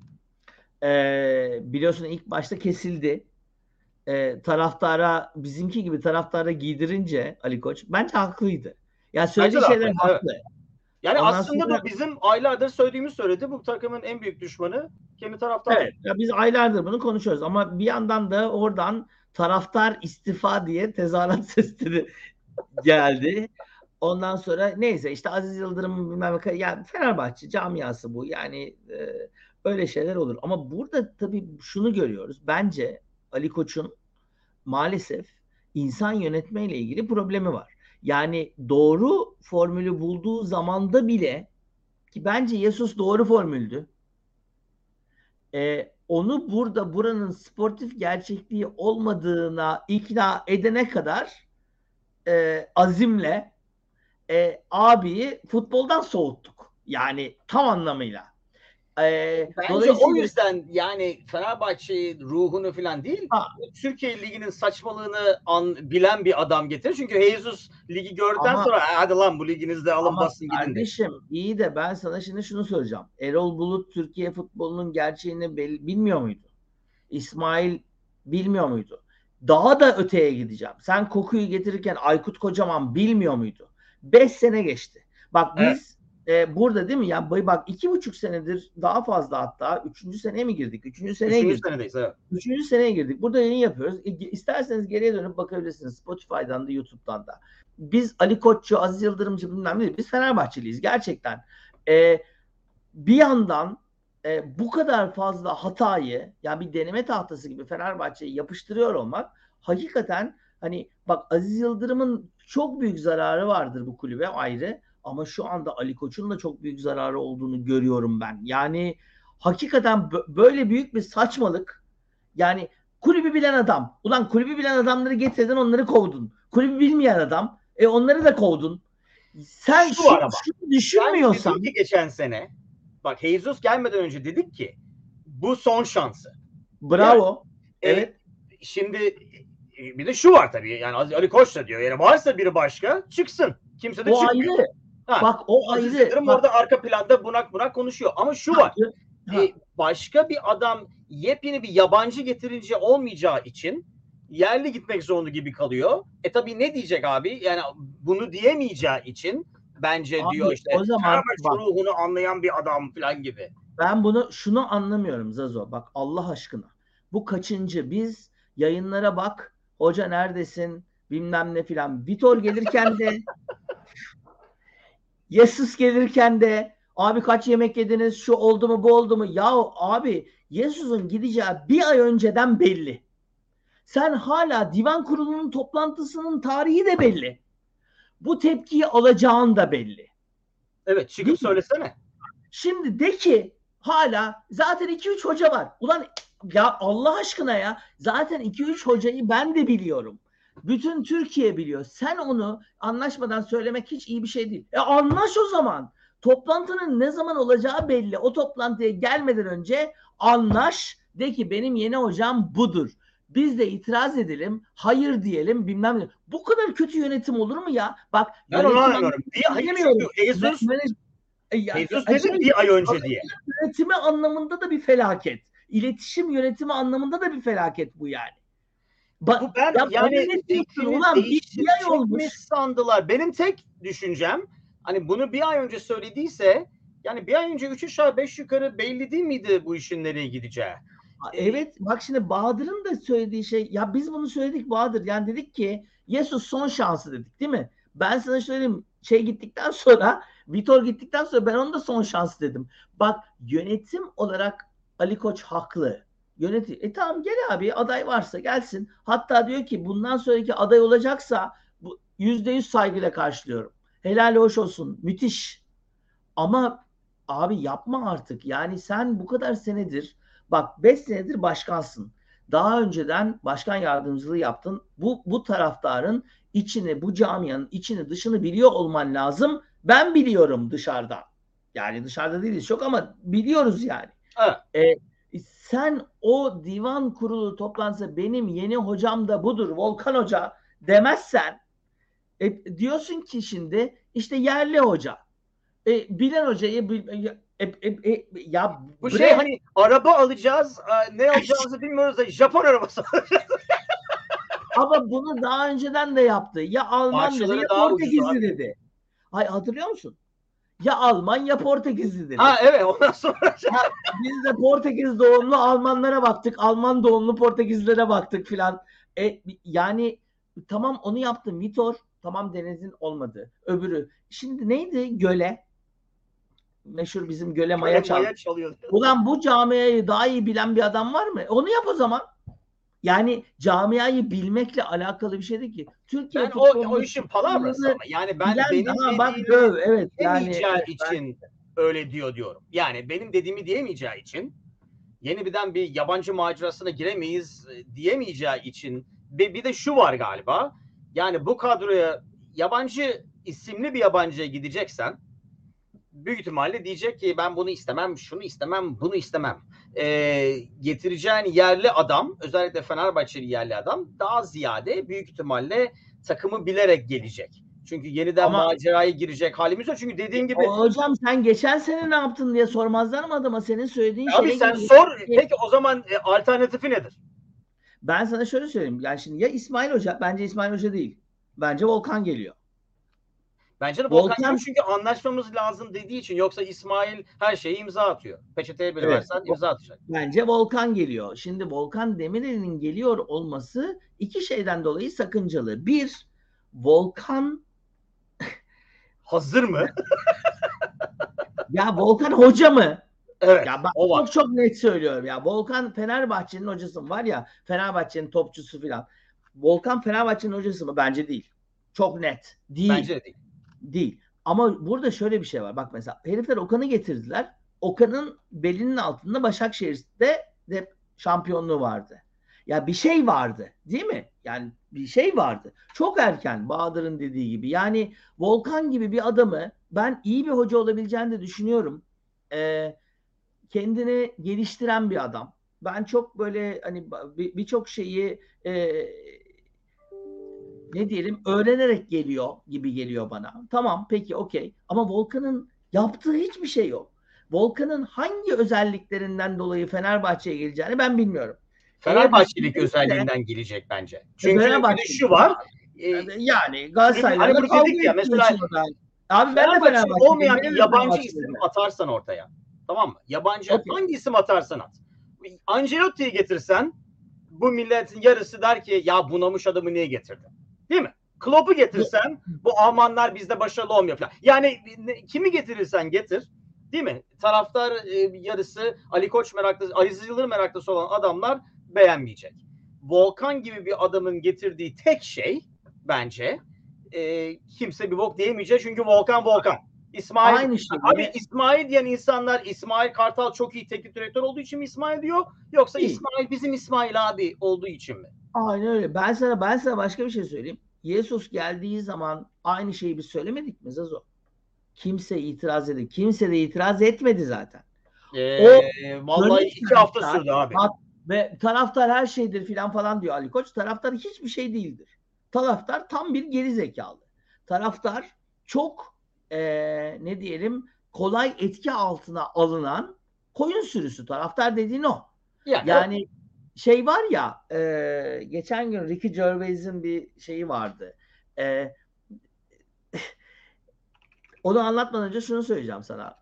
Ee, biliyorsun ilk başta kesildi. Ee, taraftara bizimki gibi taraftara giydirince Ali Koç bence haklıydı. Yani söylediği Bence de şeyler haklı. Evet. haklı. Yani Ondan aslında sonra bu bizim aylardır söylediğimiz söyledi. Bu takımın en büyük düşmanı kendi taraftarı. evet ya biz aylardır bunu konuşuyoruz ama bir yandan da oradan taraftar istifa diye tezahürat sesleri geldi. Ondan sonra neyse işte Aziz Yıldırım'ın bilmem ne yani Fenerbahçe camiası bu. Yani e, öyle şeyler olur. Ama burada tabii şunu görüyoruz. Bence Ali Koç'un maalesef insan yönetmeyle ilgili problemi var. Yani doğru formülü bulduğu zamanda bile ki bence Jesus doğru formüldü. E, onu burada buranın sportif gerçekliği olmadığına ikna edene kadar e, azimle e, abiyi futboldan soğuttuk. Yani tam anlamıyla. E, Bence o dolayısıyla yüzden yani Fenerbahçe ruhunu falan değil, ha, Türkiye Ligi'nin saçmalığını an, bilen bir adam getirir. Çünkü Jesus ligi gördükten ama sonra hadi lan bu liginizde alın ama basın gidin de. kardeşim iyi de ben sana şimdi şunu soracağım. Erol Bulut Türkiye futbolunun gerçeğini bilmiyor muydu? İsmail bilmiyor muydu? Daha da öteye gideceğim. Sen Koku'yu getirirken Aykut Kocaman bilmiyor muydu? Beş sene geçti. Bak Evet. biz e, burada değil mi? Yani bak iki buçuk senedir daha fazla hatta. Üçüncü seneye mi girdik? Üçüncü seneye Üçüncü girdik. senedeyiz evet. Üçüncü seneye girdik. Burada yayın yapıyoruz. E, isterseniz geriye dönüp bakabilirsiniz. Spotify'dan da YouTube'dan da. Biz Ali Koççu, Aziz Yıldırımcı bilmem ne. Biz Fenerbahçeliyiz gerçekten. E, bir yandan e, bu kadar fazla hatayı yani bir deneme tahtası gibi Fenerbahçe'yi yapıştırıyor olmak hakikaten hani bak Aziz Yıldırım'ın çok büyük zararı vardır bu kulübe ayrı ama şu anda Ali Koç'un da çok büyük zararı olduğunu görüyorum ben. Yani hakikaten böyle büyük bir saçmalık. Yani kulübü bilen adam. Ulan kulübü bilen adamları getirdin onları kovdun. Kulübü bilmeyen adam. E onları da kovdun. Sen şu, şu, var ama. şunu düşünmüyorsan. Ben dedim ki geçen sene bak Jesus gelmeden önce dedik ki bu son şansı. Bravo. Yani, evet. E, şimdi bir de şu var tabii yani Ali Koç da diyor yani varsa biri başka çıksın. Kimse de o çıkmıyor. Ayrı. Ha, bak o Aziz ayrı. Yıldırım orada arka planda bunak bunak konuşuyor. Ama şu var. Ha. E, başka bir adam yepyeni bir yabancı getirince olmayacağı için yerli gitmek zorunda gibi kalıyor. E tabii ne diyecek abi? Yani bunu diyemeyeceği için bence abi, diyor işte o zaman bak, ruhunu anlayan bir adam falan gibi. Ben bunu şunu anlamıyorum Zazo. Bak Allah aşkına. Bu kaçıncı? Biz yayınlara bak. Hoca neredesin? Bilmem ne filan. Vitor gelirken de Yesus gelirken de abi kaç yemek yediniz? Şu oldu mu bu oldu mu? Ya abi Yesus'un gideceği bir ay önceden belli. Sen hala divan kurulunun toplantısının tarihi de belli. Bu tepkiyi alacağın da belli. Evet çıkıp söylesene. Şimdi de ki hala zaten iki üç hoca var. Ulan ya Allah aşkına ya zaten iki üç hocayı ben de biliyorum. Bütün Türkiye biliyor. Sen onu anlaşmadan söylemek hiç iyi bir şey değil. E anlaş o zaman. Toplantının ne zaman olacağı belli. O toplantıya gelmeden önce anlaş. De ki benim yeni hocam budur. Biz de itiraz edelim. Hayır diyelim bilmem ne. Bu kadar kötü yönetim olur mu ya? Bak ben onu anlamıyorum. Bir, hayır çünkü Jesus Yani, Jesus dedi bir ay önce diye. Yönetimi anlamında da bir felaket. İletişim yönetimi anlamında da bir felaket bu yani. Ba bu ben ya yani ulan bir, bir ay olmuş. sandılar. Benim tek düşüncem hani bunu bir ay önce söylediyse yani bir ay önce üç aşağı beş yukarı belli değil miydi bu işin nereye gideceği? Evet bak şimdi Bahadır'ın da söylediği şey ya biz bunu söyledik Bahadır yani dedik ki Yesus son şansı dedik değil mi? Ben sana söyleyeyim şey gittikten sonra Vitor gittikten sonra ben onun da son şansı dedim. Bak yönetim olarak Ali Koç haklı. Yönetim. E tamam gel abi aday varsa gelsin. Hatta diyor ki bundan sonraki aday olacaksa bu yüzde yüz saygıyla karşılıyorum. Helal hoş olsun. Müthiş. Ama abi yapma artık. Yani sen bu kadar senedir bak beş senedir başkansın. Daha önceden başkan yardımcılığı yaptın. Bu bu taraftarın içini, bu camianın içini, dışını biliyor olman lazım. Ben biliyorum dışarıdan. Yani dışarıda değiliz çok ama biliyoruz yani. Evet. E, sen o divan kurulu toplantısı benim yeni hocam da budur Volkan Hoca demezsen e, diyorsun ki şimdi işte yerli hoca. E, bilen hocayı e, e, e, ya bu bre... şey hani araba alacağız ne alacağımızı bilmiyoruz da Japon arabası alacağız. Ama bunu daha önceden de yaptı. Ya Alman dedi ya Portekizli dedi. Hay hatırlıyor musun? Ya Alman ya Portekizli dedi. Ha evet ondan sonra. Ya, biz de Portekiz doğumlu Almanlara baktık. Alman doğumlu Portekizlilere baktık filan. E, yani tamam onu yaptım. Vitor tamam Deniz'in olmadı. Öbürü. Şimdi neydi? Göle. Meşhur bizim Göle Maya çalıyor. çalıyor. Ulan bu camiayı daha iyi bilen bir adam var mı? Onu yap o zaman. Yani camiayı bilmekle alakalı bir şey değil ki. Türkiye ben o, o işin palavrası ama. Yani ben benim daha bak döv, evet, demeyeceği yani, için ben... öyle diyor diyorum. Yani benim dediğimi diyemeyeceği için yeni birden bir yabancı macerasına giremeyiz diyemeyeceği için ve bir de şu var galiba. Yani bu kadroya yabancı isimli bir yabancıya gideceksen büyük ihtimalle diyecek ki ben bunu istemem, şunu istemem, bunu istemem. Ee, getireceğin yerli adam, özellikle Fenerbahçeli yerli adam daha ziyade büyük ihtimalle takımı bilerek gelecek. Çünkü yeniden ama, maceraya girecek halimiz yok. Çünkü dediğin gibi... Hocam sen geçen sene ne yaptın diye sormazlar mı adama senin söylediğin şey? Abi sen sor. Şey... Peki o zaman e, alternatifi nedir? Ben sana şöyle söyleyeyim. Yani şimdi ya İsmail Hoca, bence İsmail Hoca değil. Bence Volkan geliyor. Bence de Volkan, Volkan geliyor çünkü anlaşmamız lazım dediği için. Yoksa İsmail her şeyi imza atıyor. Peçeteye bile Evet. versen imza atacak. Bence Volkan geliyor. Şimdi Volkan Demirel'in geliyor olması iki şeyden dolayı sakıncalı. Bir, Volkan Hazır mı? ya Volkan hoca mı? Evet. Ya ben o var. çok çok net söylüyorum ya. Volkan Fenerbahçe'nin hocası mı var ya, Fenerbahçe'nin topçusu filan. Volkan Fenerbahçe'nin hocası mı? Bence değil. Çok net. Değil. Bence de değil. Değil. Ama burada şöyle bir şey var. Bak mesela herifler Okan'ı getirdiler. Okan'ın belinin altında Başakşehir'de de şampiyonluğu vardı. Ya bir şey vardı, değil mi? Yani bir şey vardı. Çok erken Bahadır'ın dediği gibi. Yani Volkan gibi bir adamı ben iyi bir hoca olabileceğini de düşünüyorum. Ee, kendini geliştiren bir adam. Ben çok böyle hani birçok şeyi e, ne diyelim öğrenerek geliyor gibi geliyor bana. Tamam peki okey. Ama Volkan'ın yaptığı hiçbir şey yok. Volkan'ın hangi özelliklerinden dolayı Fenerbahçe'ye geleceğini ben bilmiyorum. Fenerbahçelik özelliğinden gelecek bence. Çünkü bir de şu var. E, yani Galatasaray'la hani burada dedik ya mesela abi ben de Fenerbahçe olmayan bir yabancı isim atarsan ortaya. Tamam mı? Yabancı okay. Hangi isim atarsan at. Ancelotti'yi getirsen bu milletin yarısı der ki ya bunamış adamı niye getirdin? Değil mi? Klopp'u getirsen bu Almanlar bizde başarılı olmuyor falan. Yani kimi getirirsen getir. Değil mi? Taraftar e, yarısı Ali Koç meraklısı, Ali Yıldırım meraklısı olan adamlar beğenmeyecek. Volkan gibi bir adamın getirdiği tek şey bence e, kimse bir bok diyemeyecek çünkü Volkan Volkan. İsmail, aynı şey. Abi İsmail diyen insanlar İsmail Kartal çok iyi teknik direktör olduğu için mi İsmail diyor? Yoksa İyi. İsmail bizim İsmail abi olduğu için mi? Aynen öyle. Ben sana ben sana başka bir şey söyleyeyim. Jesus geldiği zaman aynı şeyi biz söylemedik mi Zazo? Kimse itiraz edildi. Kimse de itiraz etmedi zaten. Ee, o vallahi iki hafta sürdü abi. Ve taraftar her şeydir filan falan diyor Ali Koç. Taraftar hiçbir şey değildir. Taraftar tam bir geri zekalı. Taraftar çok ee, ne diyelim kolay etki altına alınan koyun sürüsü. Taraftar dediğin o. Yani, yani şey var ya e, geçen gün Ricky Gervais'in bir şeyi vardı. E, onu anlatmadan önce şunu söyleyeceğim sana.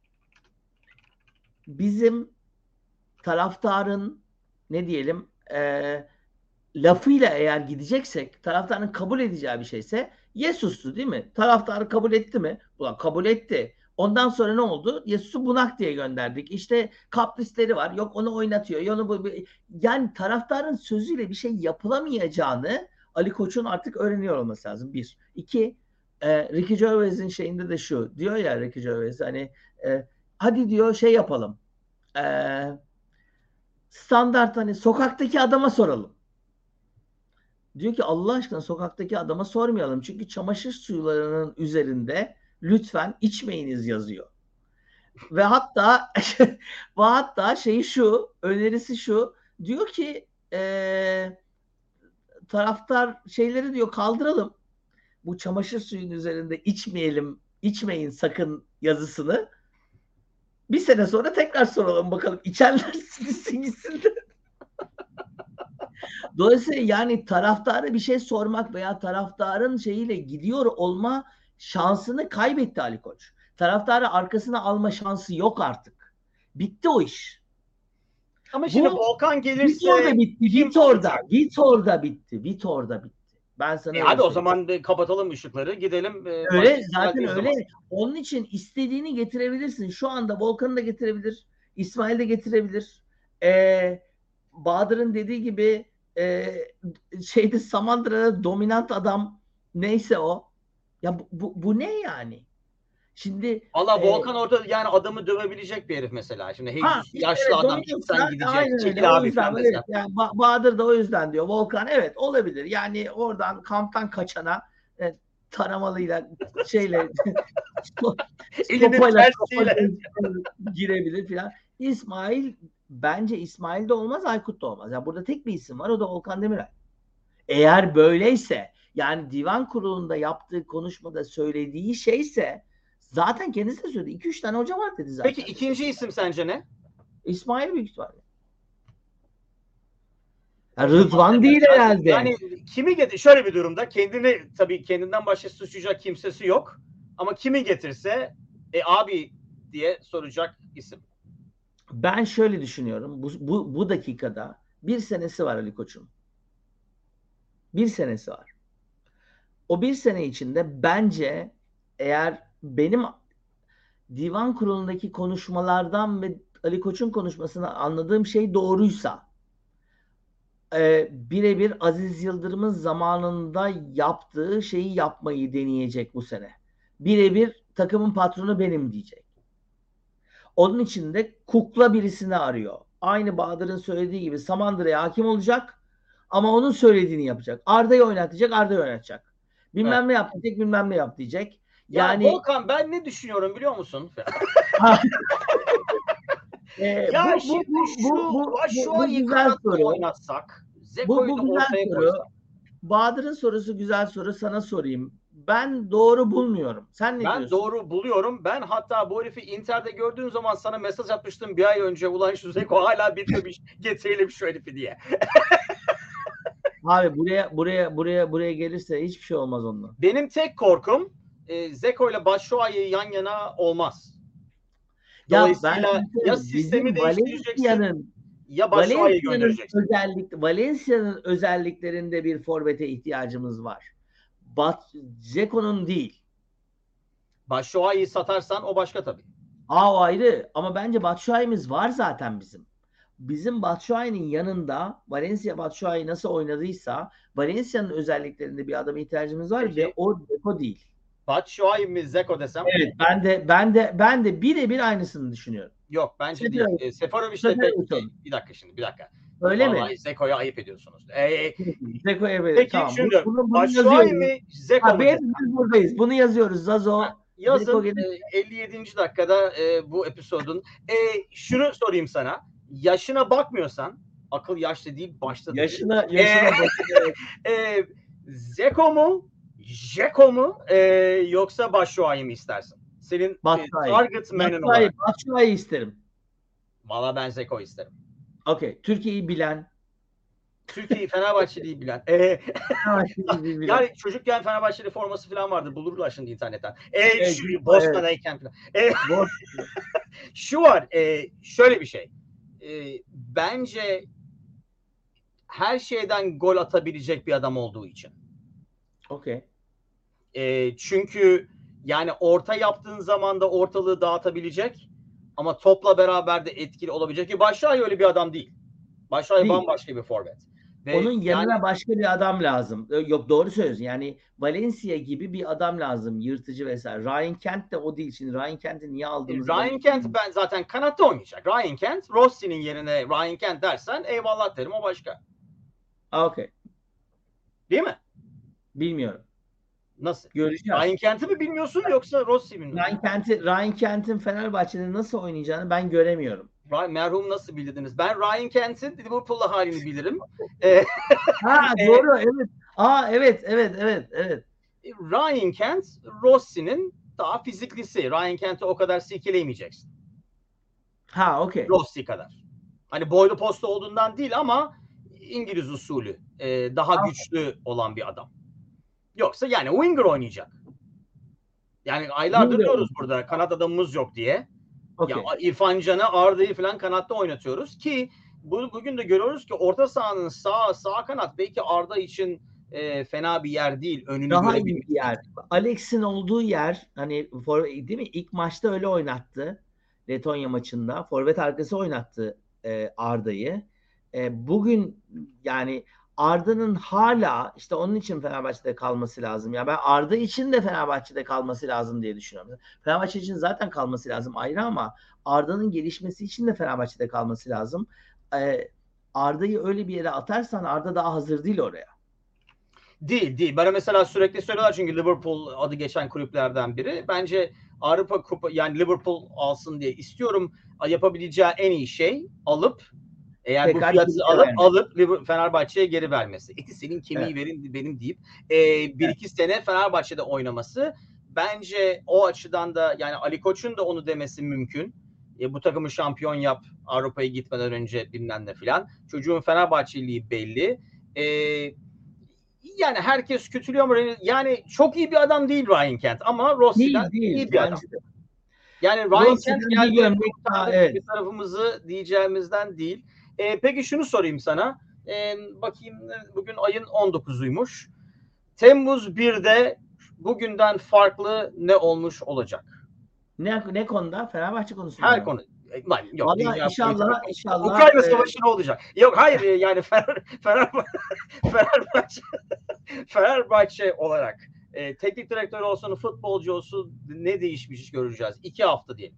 Bizim taraftarın ne diyelim e, lafıyla eğer gideceksek taraftarın kabul edeceği bir şeyse Yesus'tu değil mi? Taraftarı kabul etti mi? Ulan kabul etti. Ondan sonra ne oldu? Yesus'u bunak diye gönderdik. İşte kaprisleri var. Yok onu oynatıyor. Onu bu, yani taraftarın sözüyle bir şey yapılamayacağını Ali Koç'un artık öğreniyor olması lazım. Bir. İki. E, Ricky Gervais'in şeyinde de şu. Diyor ya Ricky Gervais hani e, hadi diyor şey yapalım. E, standart hani sokaktaki adama soralım. Diyor ki Allah aşkına sokaktaki adama sormayalım. Çünkü çamaşır suyularının üzerinde lütfen içmeyiniz yazıyor. Ve hatta ve hatta şeyi şu, önerisi şu. Diyor ki ee, taraftar şeyleri diyor kaldıralım. Bu çamaşır suyun üzerinde içmeyelim, içmeyin sakın yazısını. Bir sene sonra tekrar soralım bakalım. İçenler silsin gitsinler. Dolayısıyla yani taraftara bir şey sormak veya taraftarın şeyiyle gidiyor olma şansını kaybetti Ali Koç. Taraftarı arkasına alma şansı yok artık. Bitti o iş. Ama şimdi Bu, Volkan gelirse Vitor'da bitti. Vitor'da. Vitor'da bitti. Vitor'da bitti. Ben sana e hadi o zaman de kapatalım ışıkları gidelim. E, öyle zaten öyle. Zaman. Onun için istediğini getirebilirsin. Şu anda Volkan'ı da getirebilir. İsmail de getirebilir. Ee, Bahadır'ın dediği gibi e, şeyde Samandıra'da dominant adam neyse o. Ya bu, bu, bu ne yani? Şimdi Allah e, Volkan orada yani adamı dövebilecek bir herif mesela. Şimdi hey, ha, yaşlı evet, adam insan gidecek. Çekil abi falan evet, yani Bahadır da o yüzden diyor. Volkan evet olabilir. Yani oradan kamptan kaçana e, taramalıyla şeyle sopayla girebilir filan. İsmail bence İsmail de olmaz, Aykut da olmaz. Yani burada tek bir isim var, o da Volkan Demirel. Eğer böyleyse yani divan kurulunda yaptığı konuşmada söylediği şeyse zaten kendisi de söyledi. iki üç tane hoca var dedi zaten. Peki ikinci isim sence ne? İsmail büyük ihtimalle. Ya Rıdvan değil herhalde. Yani kimi getir? Şöyle bir durumda kendini tabii kendinden başka suçlayacak kimsesi yok. Ama kimi getirse e abi diye soracak isim. Ben şöyle düşünüyorum. Bu, bu, bu dakikada bir senesi var Ali Koç'un. Bir senesi var. O bir sene içinde bence eğer benim divan kurulundaki konuşmalardan ve Ali Koç'un konuşmasını anladığım şey doğruysa e, birebir Aziz Yıldırım'ın zamanında yaptığı şeyi yapmayı deneyecek bu sene. Birebir takımın patronu benim diyecek. Onun için de kukla birisini arıyor. Aynı Bahadır'ın söylediği gibi Samandıra'ya hakim olacak ama onun söylediğini yapacak. Arda'yı oynatacak, Arda'yı oynatacak. Bilmem Evet. ne yap diyecek, bilmem ne yap diyecek. Ya Yani Volkan, ben ne düşünüyorum biliyor musun? e, ya bu, bu, şimdi bu, şu bu, bu, bu, bu Batshuayi'yi güzel kanatta soru. oynatsak, Bu, Zeko'yu bu da güzel ortaya soru. koysak. Bahadır'ın sorusu güzel soru. Sana sorayım. Ben doğru bulmuyorum. Sen ne Ben diyorsun? doğru buluyorum. Ben hatta bu herifi Inter'de gördüğüm zaman sana mesaj atmıştım bir ay önce. Ulan şu Zeko hala bitmemiş. Getirelim şu herifi diye. Abi buraya buraya buraya buraya gelirse hiçbir şey olmaz ondan. Benim tek korkum e, Zeko ile Batshuayi yan yana olmaz. Ya ben Dolayısıyla ya sistemi bizim değiştireceksin Valencia'nın ya Batshuayi'yi Valencia'nın göndereceksin. özellik Valencia'nın özelliklerinde bir forvete ihtiyacımız var. Bat Zeko'nun değil. Batshuayi'yi satarsan o başka tabii. Aa ayrı ama bence Batshuayi'miz var zaten bizim. Bizim Batshuayi'nin yanında Valencia Batshuayi nasıl oynadıysa Valencia'nın özelliklerinde bir adama ihtiyacımız var. Peki. Ve o Zeko değil. Batshuayi mi Zeko desem? Evet ben de ben de ben de birebir aynısını düşünüyorum. Yok bence Sefer, değil. E, Seferovic de Seferovic pek... olur. Bir dakika şimdi bir dakika. Öyle Vallahi mi? Zeko'ya ayıp ediyorsunuz. E, Zeko'ya verir. peki Tamam. şimdi Bunu, bunu Batshuayi yazıyoruz. mi Zeko Ha, mu desem? hepimiz buradayız. Bunu yazıyoruz. Zazo, Zeko Yazın gelir. e, elli yedinci dakikada e, bu episodun. E, şunu sorayım sana. Yaşına bakmıyorsan, akıl yaşlı değil başta değil. Yaşına, yaşına E, bakıyor. e, Zeko mu, Jeko mu e, yoksa Batshuayi mi istersin? Senin e, Batshuayi. target man'in Batshuayi, olarak. Batshuayi isterim. Valla ben Zeko isterim. Okey. Türkiye'yi bilen. Türkiye'yi Fenerbahçeli'yi bilen. E, Fenerbahçe'yi bilen. yani çocukken Fenerbahçeli forması falan vardı. Bulurlar şimdi internetten. E, Evet, şu Bosna'dayken falan. E, Boş. şu var. E, şöyle bir şey. E, bence her şeyden gol atabilecek bir adam olduğu için. Okey. E, çünkü yani orta yaptığın zaman da ortalığı dağıtabilecek ama topla beraber de etkili olabilecek ki Batshuayi öyle bir adam değil. Batshuayi Değil. bambaşka bir forvet. Ve Onun yanına yani, başka bir adam lazım. Yok doğru söylüyorsun. Yani Valencia gibi bir adam lazım. Yırtıcı vesaire. Ryan Kent de o değil. Şimdi Ryan Kent'i niye aldığımızı Ryan Kent ben zaten kanatta oynayacak. Ryan Kent, Rossi'nin yerine Ryan Kent dersen eyvallah derim, o başka. Okey. Değil mi? Bilmiyorum. Nasıl? Göreceğiz. Ryan Kent'i mi bilmiyorsun yoksa Rossi mi? Ryan Kent'i, Ryan Kent'in Fenerbahçe'de nasıl oynayacağını ben göremiyorum. Ryan, merhum nasıl bildiniz? Ben Ryan Kent'in Liverpool'la halini bilirim. Ee, ha doğru evet. Aa evet evet evet evet. Ryan Kent, Rossi'nin daha fiziklisi. Ryan Kent'i o kadar silkeleyemeyeceksin. Ha okey. Rossi kadar. Hani boylu posta olduğundan değil ama İngiliz usulü e, daha Ha. güçlü olan bir adam. Yoksa yani winger oynayacak. Yani aylardır Winger diyoruz burada kanat adamımız yok diye. Okay. Ya İrfan Can'ı, Arda'yı falan kanatta oynatıyoruz ki bu, bugün de görüyoruz ki orta sahanın sağ sağ kanat belki Arda için e, fena bir yer değil. Önünü Daha iyi görebilmek. bir yer. Alex'in olduğu yer hani for, değil mi? İlk maçta öyle oynattı. Letonya maçında. Forvet arkası oynattı e, Arda'yı. E, bugün yani Arda'nın hala işte onun için Fenerbahçe'de kalması lazım. Ya ben Arda için de Fenerbahçe'de kalması lazım diye düşünüyorum. Fenerbahçe için zaten kalması lazım ayrı ama Arda'nın gelişmesi için de Fenerbahçe'de kalması lazım. E, Arda'yı öyle bir yere atarsan Arda daha hazır değil oraya. Değil değil. Bana mesela sürekli söylüyorlar çünkü Liverpool adı geçen kulüplerden biri. Bence Avrupa Kupa yani Liverpool alsın diye istiyorum. Yapabileceği en iyi şey alıp eğer Tekrar bu fiyatı alıp vermek. alıp Fenerbahçe'ye geri vermesi. Eti senin kemiği evet. verin benim deyip e, bir evet. iki sene Fenerbahçe'de oynaması. Bence o açıdan da yani Ali Koç'un da onu demesi mümkün. E, bu takımı şampiyon yap Avrupa'ya gitmeden önce bilmem ne filan. Çocuğun Fenerbahçeliliği belli. Eee yani herkes kötülüyor ama yani çok iyi bir adam değil Ryan Kent ama Rossi'den değil, değil, iyi bir adam. bence de. Yani Ryan Kent geldi gömlek daha, evet. bir tarafımızı diyeceğimizden değil. E, peki şunu sorayım sana. E, bakayım bugün ayın on dokuzuymuş. Temmuz birde bugünden farklı ne olmuş olacak? Ne ne konuda? Fenerbahçe konusunda Her mı? konu. Lan, yok, Vallahi dünya inşallah, inşallah. Ukrayna e, Savaşı ne olacak? Yok hayır yani Fener, Fenerbahçe, Fenerbahçe, Fenerbahçe olarak e, teknik direktör olsun, futbolcu olsun ne değişmiş göreceğiz. İki hafta diyelim.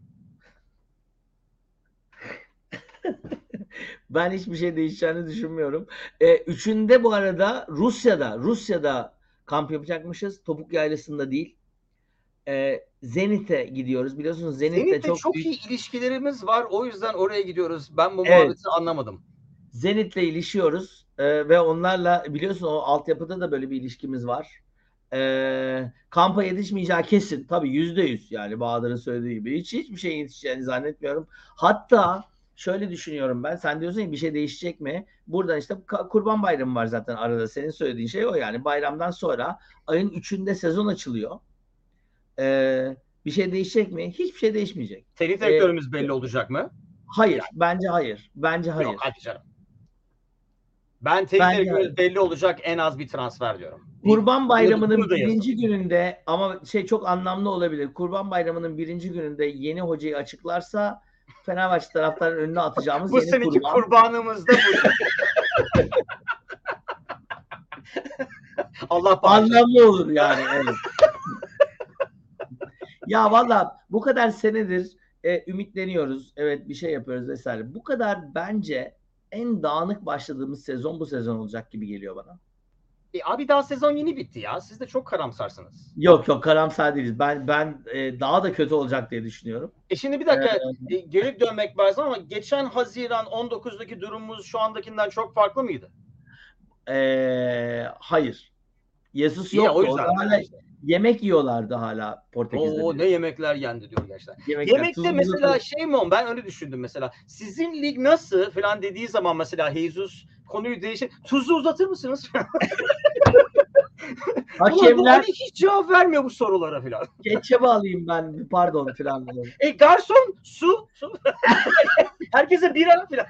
Ben hiçbir şey değişeceğini düşünmüyorum. E, üçünde bu arada Rusya'da Rusya'da kamp yapacakmışız. Topuk Yaylası'nda değil. E, Zenit'e gidiyoruz. Biliyorsunuz Zenit'te, Zenit'le çok, çok büyük... iyi ilişkilerimiz var. O yüzden oraya gidiyoruz. Ben bu evet. muhabbeti anlamadım. Zenit'le ilişiyoruz. E, ve onlarla biliyorsun o altyapıda da böyle bir ilişkimiz var. E, kampa yetişmeyeceği kesin. Tabii yüzde yüz yani Bahadır'ın söylediği gibi. Hiç hiçbir şey yetişeceğini zannetmiyorum. Hatta şöyle düşünüyorum ben. Sen diyorsun ki bir şey değişecek mi? Buradan işte Kurban Bayramı var zaten arada. Senin söylediğin şey o yani. Bayramdan sonra ayın üçünde sezon açılıyor. Ee, bir şey değişecek mi? Hiçbir şey değişmeyecek. Teknik direktörümüz ee, belli olacak mı? Hayır. Yani. Bence hayır. Bence hayır. Yok hadi canım. Ben teknik direktörümüz belli olacak, en az bir transfer diyorum. Kurban Bayramı'nın birinci gününde, ama şey çok anlamlı olabilir. Kurban Bayramı'nın birinci gününde yeni hocayı açıklarsa Fenerbahçe taraftarının önüne atacağımız bu yeni kurban. Bu seneki kurbanımız da bu. Allah bağışlasın. Anlamlı olur yani. Evet. Ya valla bu kadar senedir e, ümitleniyoruz. Evet, bir şey yapıyoruz vesaire. Bu kadar bence en dağınık başladığımız sezon bu sezon olacak gibi geliyor bana. E abi daha sezon yeni bitti ya. Siz de çok karamsarsınız. Yok yok karamsar değiliz. Ben ben e, daha da kötü olacak diye düşünüyorum. E şimdi bir dakika ee, e, geri dönmek lazım ama geçen Haziran on dokuzdaki durumumuz şu andakinden çok farklı mıydı? E, hayır. Jesus yoktu. O yüzden, hala işte. Yemek yiyorlardı hala Portekiz'de. Oo, ne yemekler yendi diyor gençler. Yemekler, Yemekte mesela uzatır. Şey mi o? Ben öyle düşündüm mesela. Sizin lig nasıl falan dediği zaman mesela Jesus konuyu değiştir. Tuzu uzatır mısınız? Hakemler hiç cevap vermiyor bu sorulara falan. Ketçap alayım ben, pardon falan. E garson su, su. Herkese bira falan.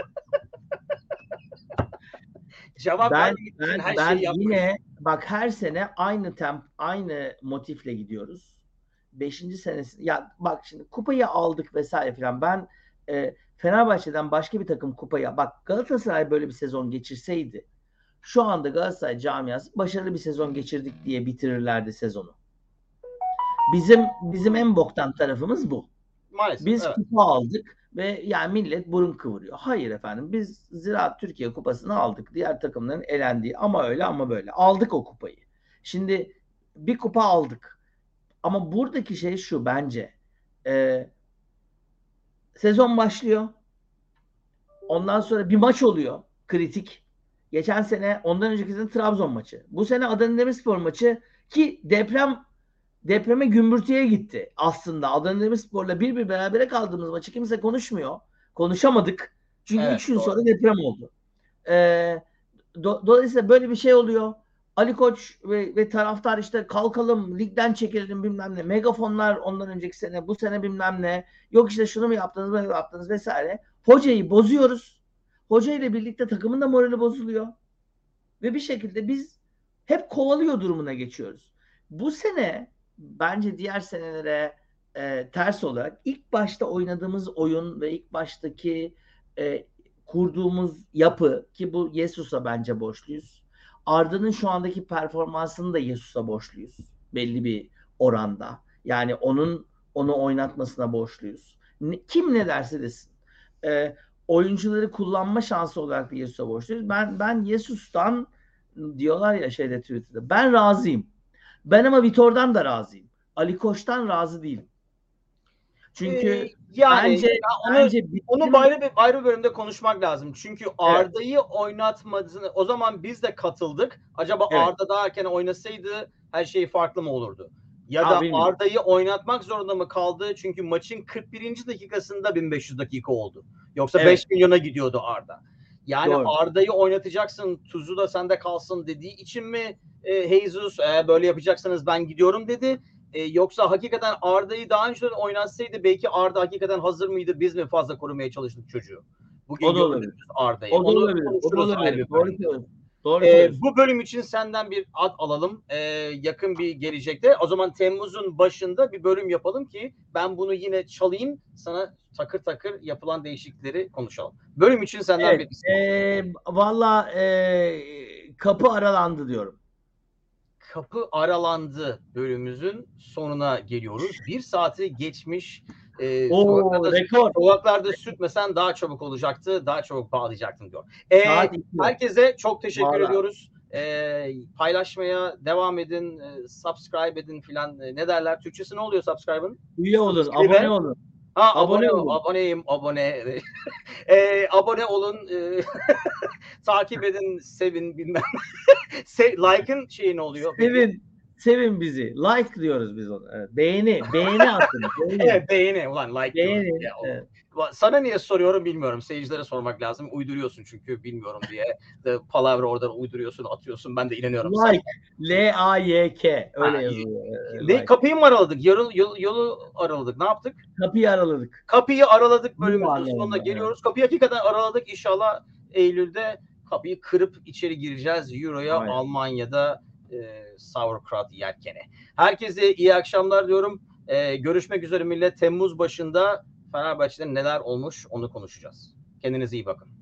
Cevap ben ben, her ben yine bak her sene aynı temp, aynı motifle gidiyoruz. Beşinci senesi ya bak şimdi kupayı aldık vesaire falan. Ben e, Fenerbahçe'den başka bir takım kupayı, bak Galatasaray böyle bir sezon geçirseydi şu anda Galatasaray camiası başarılı bir sezon geçirdik diye bitirirlerdi sezonu. Bizim bizim en boktan tarafımız bu. Maalesef, biz evet. Kupa aldık ve yani millet burun kıvırıyor. Hayır efendim, biz Ziraat Türkiye Kupası'nı aldık. Diğer takımların elendiği ama öyle ama böyle. Aldık o kupayı. Şimdi bir kupa aldık. Ama buradaki şey şu bence. E, sezon başlıyor. Ondan sonra bir maç oluyor. Kritik. Geçen sene, ondan önceki sene Trabzon maçı. Bu sene Adana Demirspor maçı ki deprem depreme gümbürtüye gitti aslında. Adana Demirspor'la bir bir berabere kaldığımız maçı kimse konuşmuyor. Konuşamadık. Çünkü evet, üç gün doğru. sonra deprem oldu. Ee, do- dolayısıyla böyle bir şey oluyor. Ali Koç ve, ve taraftar işte kalkalım, ligden çekilelim bilmem ne. Megafonlar ondan önceki sene, bu sene bilmem ne. Yok işte şunu mu yaptınız, böyle mi yaptınız vesaire. Hocayı bozuyoruz. Hoca ile birlikte takımın da morali bozuluyor. Ve bir şekilde biz hep kovalıyor durumuna geçiyoruz. Bu sene bence diğer senelere e, ters olarak ilk başta oynadığımız oyun ve ilk baştaki e, kurduğumuz yapı, ki bu Jesus'a bence borçluyuz. Arda'nın şu andaki performansını da Jesus'a borçluyuz. Belli bir oranda. Yani onun onu oynatmasına borçluyuz. Ne, kim ne derse desin. E, oyuncuları kullanma şansı olarak da Jesus'a borçluyuz. Ben ben Jesus'tan diyorlar ya şeyde Twitter'da. Ben razıyım. Ben ama Vitor'dan da razıyım. Ali Koç'tan razı değilim. Çünkü ee, yani bence, ya onu, bence bizim... onu ayrı bir ayrı bölümde konuşmak lazım. Çünkü Arda'yı evet. oynatmadığını, o zaman biz de katıldık. Acaba evet. Arda daha erken oynasaydı her şey farklı mı olurdu? Ya da Aa, Arda'yı oynatmak zorunda mı kaldı? Çünkü maçın kırk birinci dakikasında bin beş yüz dakika oldu. Yoksa evet. beş milyona gidiyordu Arda. Yani Doğru. Arda'yı oynatacaksın, tuzu da sende kalsın dediği için mi e, Jesus e, böyle yapacaksanız ben gidiyorum dedi. E, yoksa hakikaten Arda'yı daha önceden oynatsaydı belki Arda hakikaten hazır mıydı? Biz mi fazla korumaya çalıştık çocuğu? Bugün O da olabilir. gördünüz Arda'yı. O da Onu olabilir. O da konuşuruz ayrı olabilir. bir Doğru bölümde. söylüyorsun. Doğru Ee, söylüyorsun. bu bölüm için senden bir ad alalım. Ee, yakın bir gelecekte. O zaman Temmuz'un başında bir bölüm yapalım ki ben bunu yine çalayım. Sana takır takır yapılan değişiklikleri konuşalım. Bölüm için senden Evet. bir isim. E, Valla e, kapı aralandı diyorum. Kapı aralandı bölümümüzün sonuna geliyoruz. Bir saati geçmiş. Ee, Oo, sokaklarda, rekor. sokaklarda sürtmesen daha çabuk olacaktı. Daha çabuk bağlayacaktım diyor. Ee, Saat iki. herkese çok teşekkür Vallahi. ediyoruz. Ee, paylaşmaya devam edin. E, subscribe edin filan. E, ne derler? Türkçesi ne oluyor subscribe'ın? Üye olun. Subscribe. Abone olun. Ha, Abone abone, olun. aboneyim, abone. e, abone olun. E, takip edin, sevin bilmem. Se, like'ın şeyi ne oluyor? Sevin. Sevin bizi. Like diyoruz biz ona. Evet. Beğeni. Beğeni atın. Beğeni. Evet, beğeni. Ulan like Beğeni. diyoruz. Ya, o- Evet. Sana niye soruyorum bilmiyorum. Seyircilere sormak lazım. Uyduruyorsun çünkü bilmiyorum diye. De, palavra oradan uyduruyorsun, atıyorsun. Ben de inanıyorum. Like. L A Y K. Öyle Ha, yazılıyor. Ne, Like. kapıyı mı araladık? Yolu, yolu, yolu araladık. Ne yaptık? Kapıyı araladık. Kapıyı araladık Bu bölümümüzün anlamda, sonuna evet. geliyoruz. Kapıyı hakikaten araladık. İnşallah Eylül'de kapıyı kırıp içeri gireceğiz. Euro'ya, Aynen. Almanya'da e, sauerkraut yerkene. Herkese iyi akşamlar diyorum. E, görüşmek üzere millet. Temmuz başında Fenerbahçe'de neler olmuş onu konuşacağız. Kendinize iyi bakın.